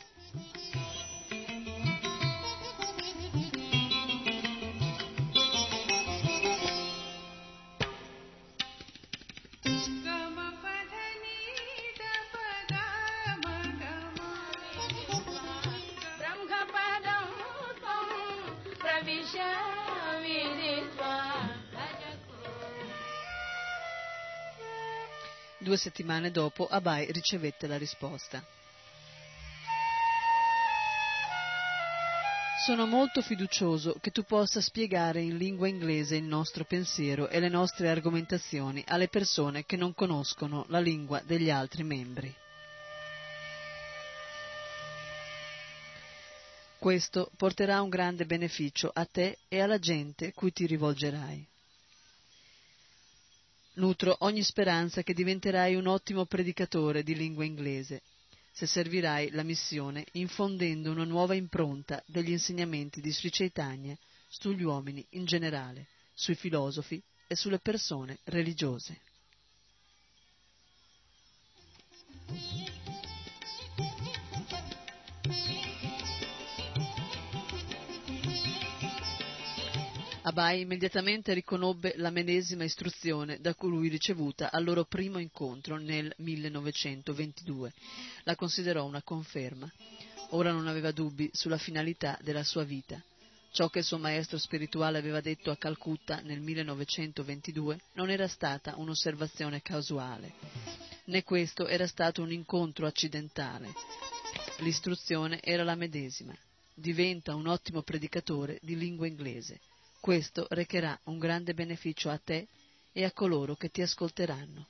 Due settimane dopo, Abhay ricevette la risposta. Sono molto fiducioso che tu possa spiegare in lingua inglese il nostro pensiero e le nostre argomentazioni alle persone che non conoscono la lingua degli altri membri. Questo porterà un grande beneficio a te e alla gente cui ti rivolgerai. Nutro ogni speranza che diventerai un ottimo predicatore di lingua inglese, se servirai la missione infondendo una nuova impronta degli insegnamenti di Sri Chaitanya sugli uomini in generale, sui filosofi e sulle persone religiose. Abhay immediatamente riconobbe la medesima istruzione da colui ricevuta al loro primo incontro nel millenovecentoventidue. La considerò una conferma. Ora non aveva dubbi sulla finalità della sua vita. Ciò che il suo maestro spirituale aveva detto a Calcutta nel millenovecentoventidue non era stata un'osservazione casuale, né questo era stato un incontro accidentale. L'istruzione era la medesima. Diventa un ottimo predicatore di lingua inglese. Questo recherà un grande beneficio a te e a coloro che ti ascolteranno.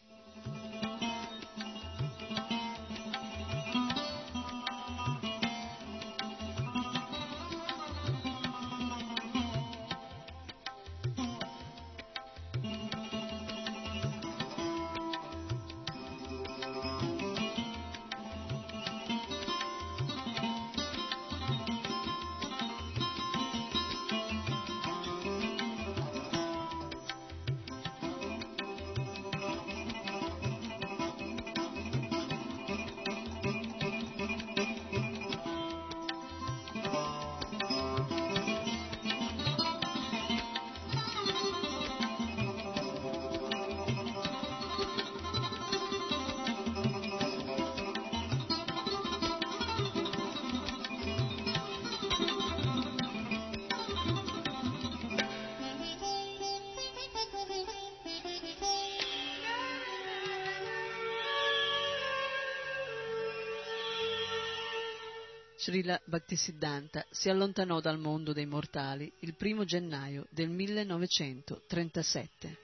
Srila Bhaktisiddhanta si allontanò dal mondo dei mortali il primo gennaio del millenovecentotrentasette.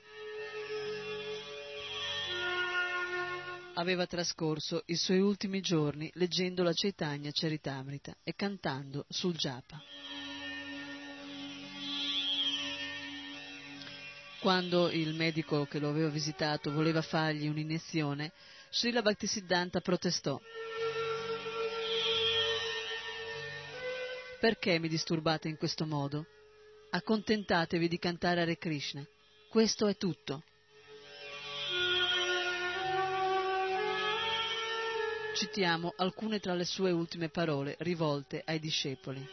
Aveva trascorso i suoi ultimi giorni leggendo la Chaitanya Charitamrita e cantando sul japa. Quando il medico che lo aveva visitato voleva fargli un'iniezione, Srila Bhaktisiddhanta protestò. Perché mi disturbate in questo modo? Accontentatevi di cantare Hare Krishna. Questo è tutto. Citiamo alcune tra le sue ultime parole rivolte ai discepoli.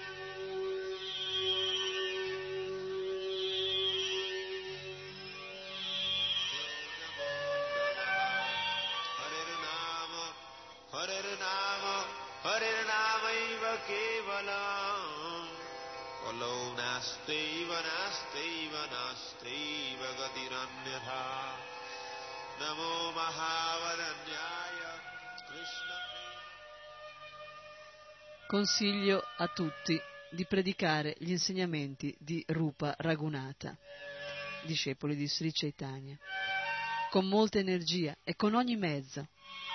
Namo Mahavaranyaya Krishna. Consiglio a tutti di predicare gli insegnamenti di Rupa Raghunatha, discepoli di Sri Chaitanya, con molta energia e con ogni mezzo.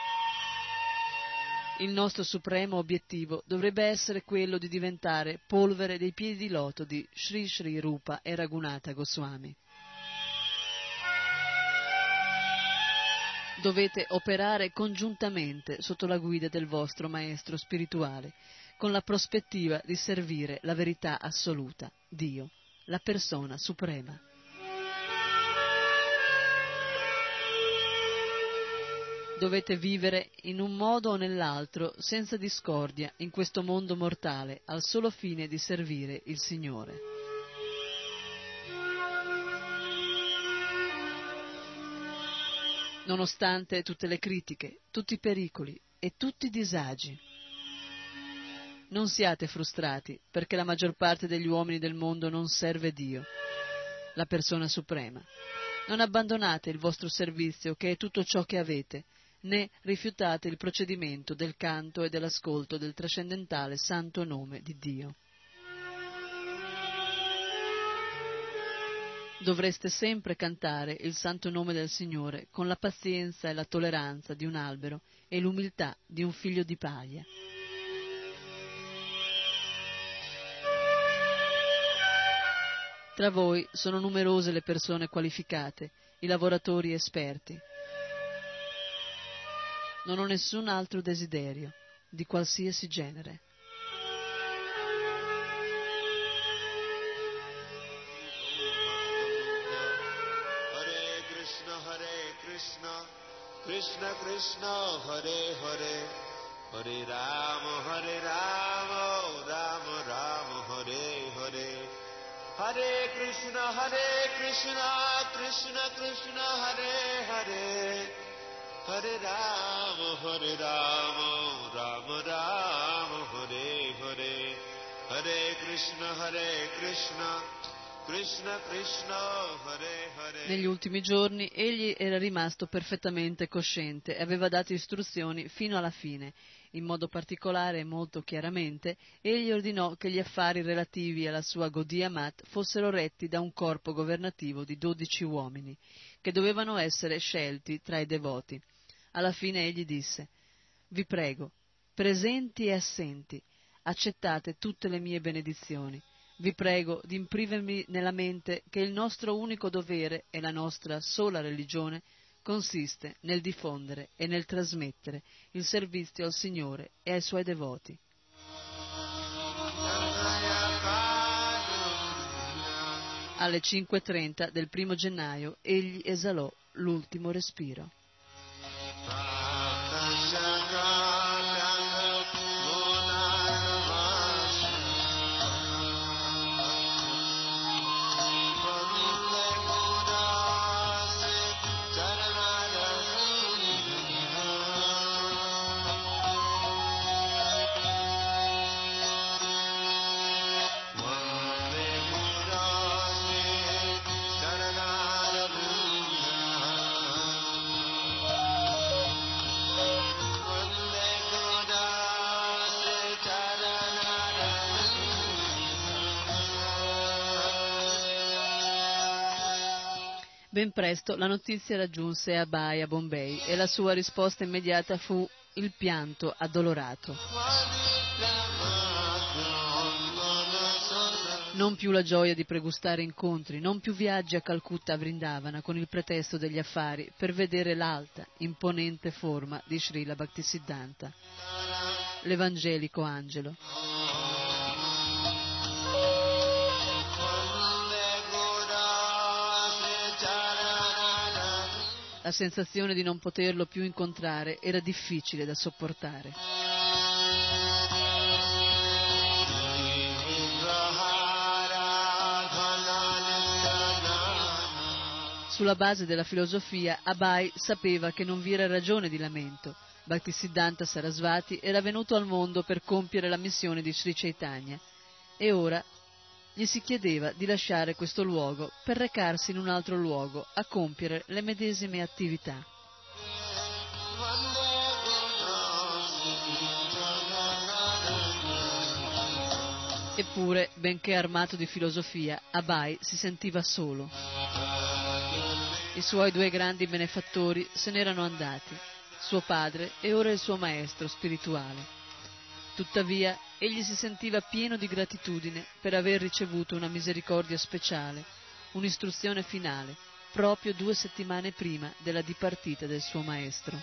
Il nostro supremo obiettivo dovrebbe essere quello di diventare polvere dei piedi di loto di Sri Sri Rupa e Raghunatha Goswami. Dovete operare congiuntamente sotto la guida del vostro maestro spirituale, con la prospettiva di servire la verità assoluta, Dio, la persona suprema. Dovete vivere in un modo o nell'altro senza discordia in questo mondo mortale al solo fine di servire il Signore. Nonostante tutte le critiche, tutti i pericoli e tutti i disagi. Non siate frustrati perché la maggior parte degli uomini del mondo non serve Dio, la persona suprema. Non abbandonate il vostro servizio, che è tutto ciò che avete, né rifiutate il procedimento del canto e dell'ascolto del trascendentale santo nome di Dio. Dovreste sempre cantare il santo nome del Signore con la pazienza e la tolleranza di un albero e l'umiltà di un figlio di paglia. Tra voi sono numerose le persone qualificate, i lavoratori esperti. Non ho nessun altro desiderio, di qualsiasi genere. Krishna Krishna Hare Hare Hare Rama Hare Rama Rama Rama Hare Hare Hare Krishna Hare Krishna Krishna Krishna Hare Hare Hare Rama Hare Rama Rama Rama Hare Hare Hare Krishna Hare Krishna Krishna Krishna Hare Hare. Negli ultimi giorni egli era rimasto perfettamente cosciente e aveva dato istruzioni fino alla fine. In modo particolare e molto chiaramente, egli ordinò che gli affari relativi alla sua Gaudiya Mat fossero retti da un corpo governativo di dodici uomini, che dovevano essere scelti tra i devoti. Alla fine egli disse: «Vi prego, presenti e assenti, accettate tutte le mie benedizioni. Vi prego di imprimermi nella mente che il nostro unico dovere e la nostra sola religione consiste nel diffondere e nel trasmettere il servizio al Signore e ai Suoi devoti». Alle cinque e trenta del primo gennaio egli esalò l'ultimo respiro. Ben presto la notizia raggiunse Abai a Bombay e la sua risposta immediata fu il pianto addolorato. Non più la gioia di pregustare incontri, non più viaggi a Calcutta a Vrindavana con il pretesto degli affari per vedere l'alta, imponente forma di Srila Bhaktisiddhanta, l'evangelico angelo. La sensazione di non poterlo più incontrare era difficile da sopportare. Sulla base della filosofia, Abai sapeva che non vi era ragione di lamento. Bhaktisiddhanta Sarasvati era venuto al mondo per compiere la missione di Sri Chaitanya e ora gli si chiedeva di lasciare questo luogo per recarsi in un altro luogo a compiere le medesime attività. Eppure, benché armato di filosofia, Abai si sentiva solo. I suoi due grandi benefattori se n'erano andati, suo padre e ora il suo maestro spirituale. Tuttavia, egli si sentiva pieno di gratitudine per aver ricevuto una misericordia speciale, un'istruzione finale, proprio due settimane prima della dipartita del suo maestro.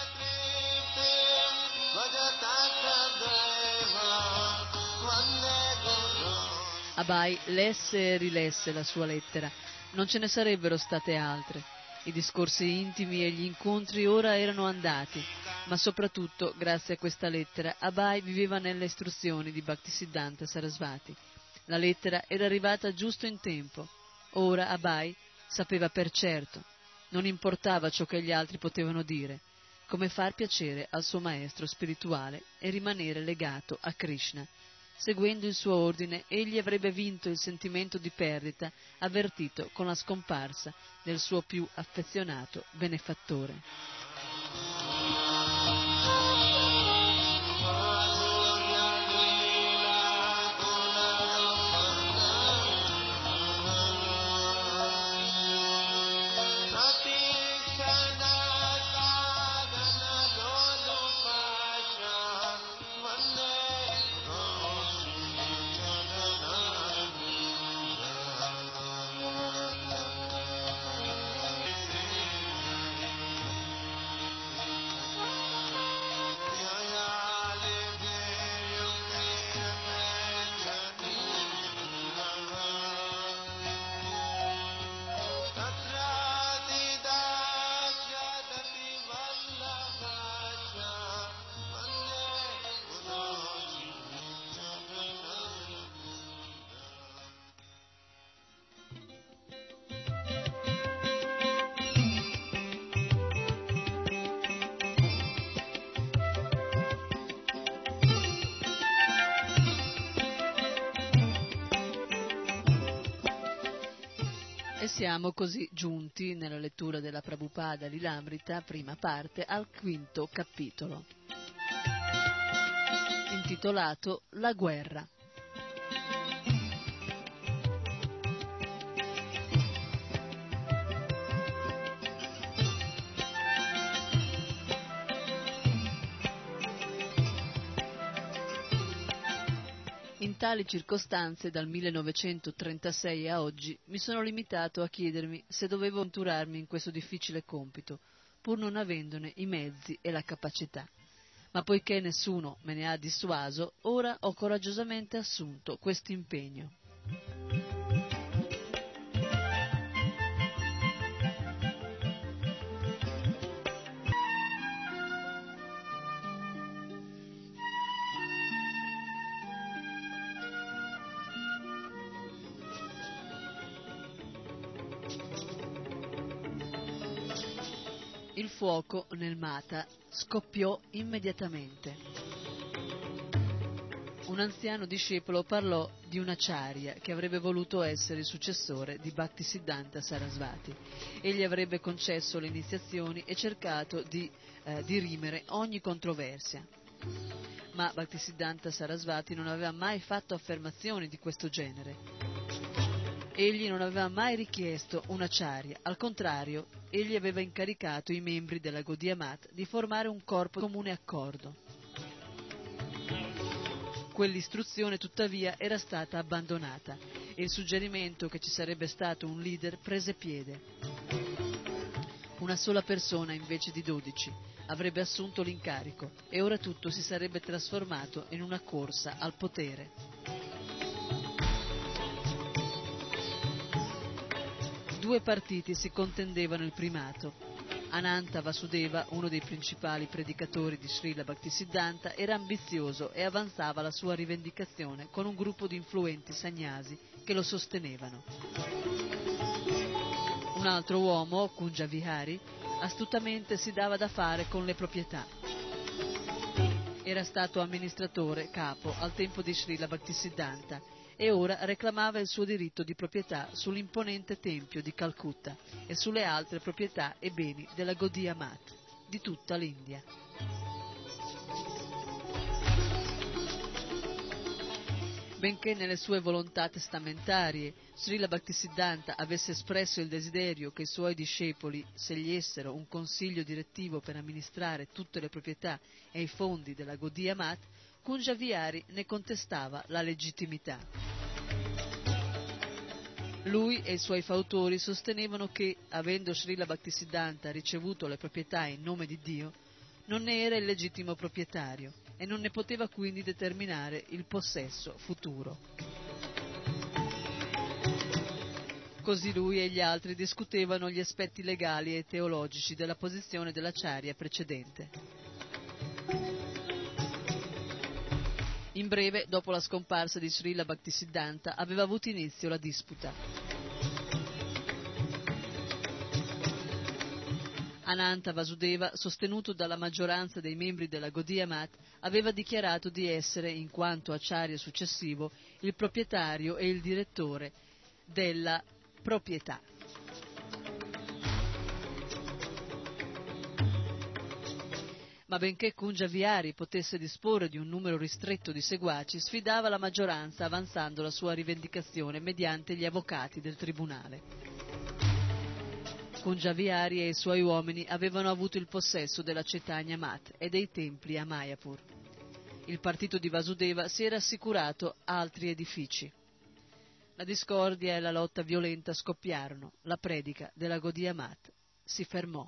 Abai lesse e rilesse la sua lettera. Non ce ne sarebbero state altre. I discorsi intimi e gli incontri ora erano andati, ma soprattutto, grazie a questa lettera, Abai viveva nelle istruzioni di Bhaktisiddhanta Sarasvati. La lettera era arrivata giusto in tempo. Ora Abai sapeva per certo, non importava ciò che gli altri potevano dire, come far piacere al suo maestro spirituale e rimanere legato a Krishna. Seguendo il suo ordine, egli avrebbe vinto il sentimento di perdita avvertito con la scomparsa del suo più affezionato benefattore. E siamo così giunti nella lettura della Prabhupada Lilamrita, prima parte, al quinto capitolo, intitolato La guerra. In tali circostanze, dal millenovecentotrentasei a oggi, mi sono limitato a chiedermi se dovevo avventurarmi in questo difficile compito, pur non avendone i mezzi e la capacità. Ma poiché nessuno me ne ha dissuaso, ora ho coraggiosamente assunto questo impegno. Il fuoco nel Mata scoppiò immediatamente. Un anziano discepolo parlò di un acharya che avrebbe voluto essere il successore di Bhaktisiddhanta Sarasvati. Egli avrebbe concesso le iniziazioni e cercato di eh, dirimere ogni controversia. Ma Bhaktisiddhanta Sarasvati non aveva mai fatto affermazioni di questo genere. Egli non aveva mai richiesto un acharya, al contrario, egli aveva incaricato i membri della Gaudiya Math di formare un corpo di comune accordo. Quell'istruzione, tuttavia, era stata abbandonata e il suggerimento che ci sarebbe stato un leader prese piede. Una sola persona, invece di dodici, avrebbe assunto l'incarico e ora tutto si sarebbe trasformato in una corsa al potere. Due partiti si contendevano il primato. Ananta Vasudeva, uno dei principali predicatori di Srila Bhaktisiddhanta, era ambizioso e avanzava la sua rivendicazione con un gruppo di influenti sannyasi che lo sostenevano. Un altro uomo, Kunja Vihari, astutamente si dava da fare con le proprietà. Era stato amministratore capo al tempo di Srila Bhaktisiddhanta e ora reclamava il suo diritto di proprietà sull'imponente tempio di Calcutta e sulle altre proprietà e beni della Gaudiya Math di tutta l'India. Benché nelle sue volontà testamentarie Srila Bhaktisiddhanta avesse espresso il desiderio che i suoi discepoli scegliessero un consiglio direttivo per amministrare tutte le proprietà e i fondi della Gaudiya Math, Kunja Vihari ne contestava la legittimità. Lui e i suoi fautori sostenevano che, avendo Srila Bhaktisiddhanta ricevuto le proprietà in nome di Dio, non ne era il legittimo proprietario e non ne poteva quindi determinare il possesso futuro. Così lui e gli altri discutevano gli aspetti legali e teologici della posizione dell'acharya precedente. In breve, dopo la scomparsa di Srila Bhaktisiddhanta, aveva avuto inizio la disputa. Ananta Vasudeva, sostenuto dalla maggioranza dei membri della Gaudiya Math, aveva dichiarato di essere, in quanto acharya successivo, il proprietario e il direttore della proprietà. Ma benché Kunja Vihari potesse disporre di un numero ristretto di seguaci, sfidava la maggioranza avanzando la sua rivendicazione mediante gli avvocati del tribunale. Kunja Vihari e i suoi uomini avevano avuto il possesso della Chaitanya Math e dei templi a Mayapur. Il partito di Vasudeva si era assicurato altri edifici. La discordia e la lotta violenta scoppiarono, la predica della Gaudiya Math si fermò.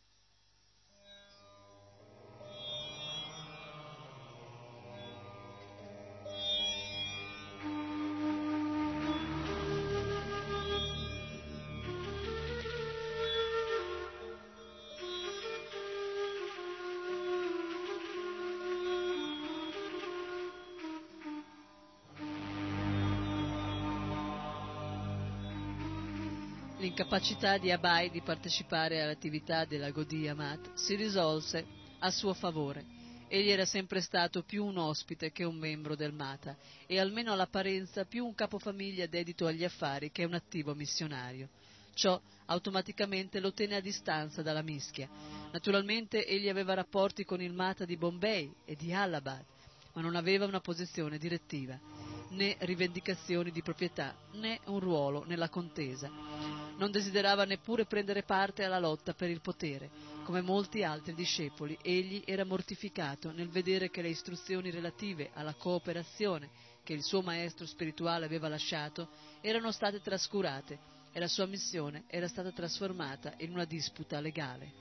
L'incapacità di Abai di partecipare all'attività della Gaudiya Math si risolse a suo favore. Egli era sempre stato più un ospite che un membro del Mata e almeno all'apparenza più un capofamiglia dedito agli affari che un attivo missionario. Ciò automaticamente lo tenne a distanza dalla mischia. Naturalmente egli aveva rapporti con il Mata di Bombay e di Allahabad, ma non aveva una posizione direttiva, né rivendicazioni di proprietà, né un ruolo nella contesa. Non desiderava neppure prendere parte alla lotta per il potere. Come molti altri discepoli, egli era mortificato nel vedere che le istruzioni relative alla cooperazione che il suo maestro spirituale aveva lasciato erano state trascurate e la sua missione era stata trasformata in una disputa legale.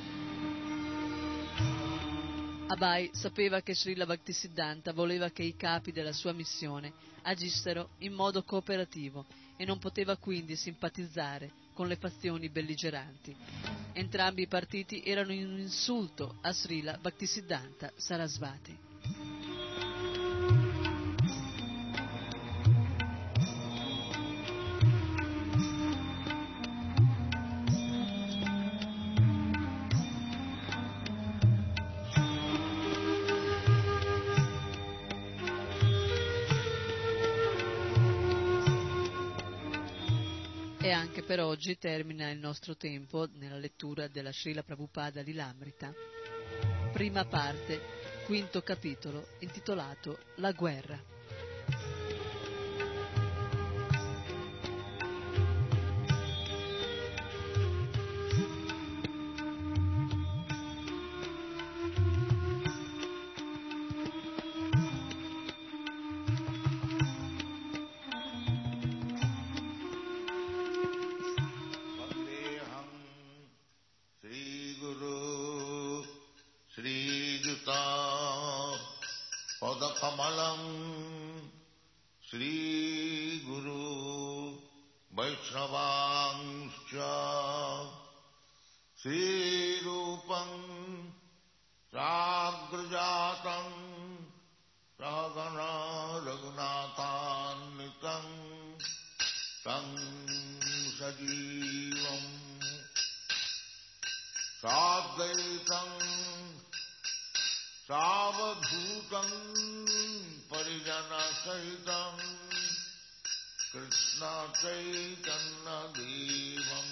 Abai sapeva che Srila Bhaktisiddhanta voleva che i capi della sua missione agissero in modo cooperativo e non poteva quindi simpatizzare con le fazioni belligeranti. Entrambi i partiti erano in un insulto a Srila Bhaktisiddhanta Sarasvati. E anche per oggi termina il nostro tempo nella lettura della Srila Prabhupada Lilamrita, prima parte, quinto capitolo, intitolato La guerra. Bhujagalam Sri Guru Vaishnavangscha Sri Rupam Sagrajatam Ragana Raghunathannitam Tam Sajivam Sadvaitam Savadhutam Parijana Sahitam Krishna Chaitanya Devam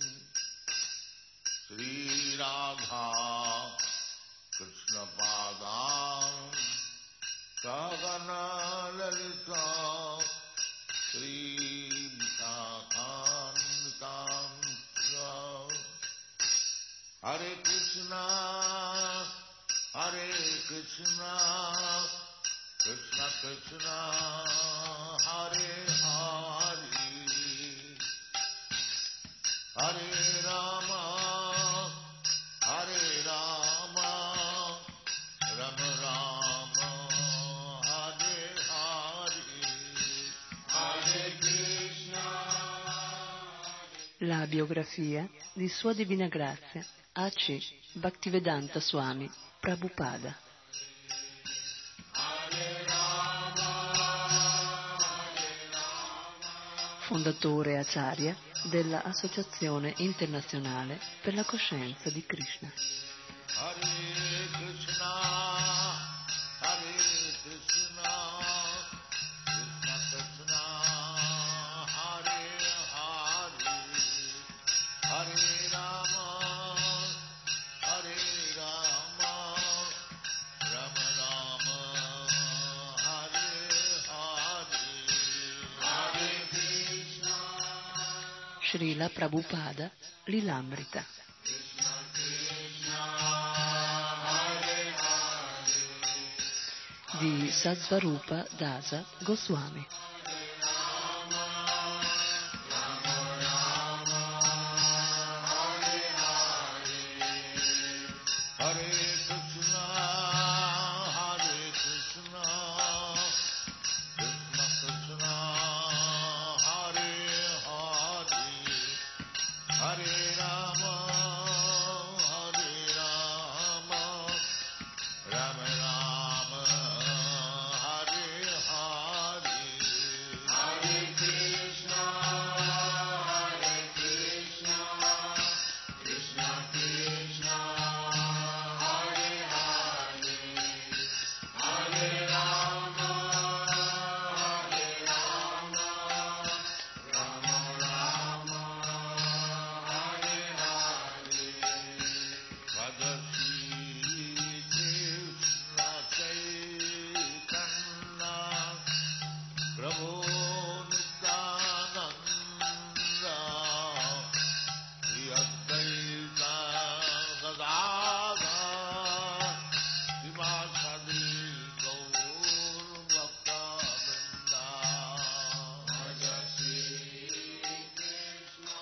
Sri Radha Krishna Padam Sagana Lalita Sri Vikakanitam Hare Krishna Hare Krishna Krishna Krishna Hare Hare Hare Rama Hare Rama Rama Rama Hare Hare Hare Krishna. La biografia di Sua Divina Grazia A C Bhaktivedanta Swami Prabhupada. Fondatore Acharya della Associazione Internazionale per la Coscienza di Krishna. Hare Krishna, Hare Krishna, Krishna Krishna, Hare Hare, Hare Rama, Hare Rama, Rama Rama, Hare Hare, Hare Krishna. Srila Prabhupada Lilamrita. Di Satsvarupa Dasa Goswami. Hare Krishna, Hare Krishna, Krishna Krishna, Hare Hare, Hare Rama, Hare Rama, Rama Rama, Hare Hare, Hare Krishna, Hare Krishna, Krishna Krishna, Hare Hare, Hare Rama, Hare Rama, Rama Rama, Hare Hare. Bhagavati Krishna Chaitanya Prabhu Nityananda Shri Advaita Gadadhar Srimad Gaur Bhakta Vrinda. Bhagavati Krishna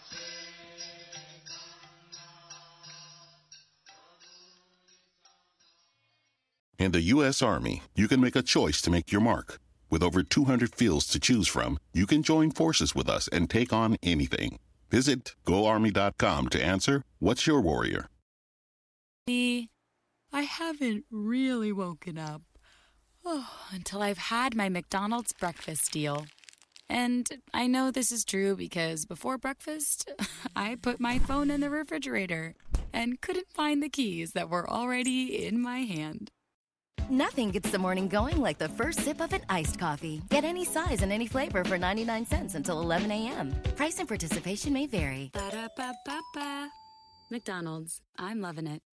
In the U S. Army, you can make a choice to make your mark. With over two hundred fields to choose from, you can join forces with us and take on anything. Visit go army dot com to answer, what's your warrior? I haven't really woken up oh, until I've had my McDonald's breakfast deal. And I know this is true because before breakfast, I put my phone in the refrigerator and couldn't find the keys that were already in my hand. Nothing gets the morning going like the first sip of an iced coffee. Get any size and any flavor for ninety-nine cents until eleven a.m. Price and participation may vary. Ba-da-ba-ba-ba. McDonald's. I'm loving it.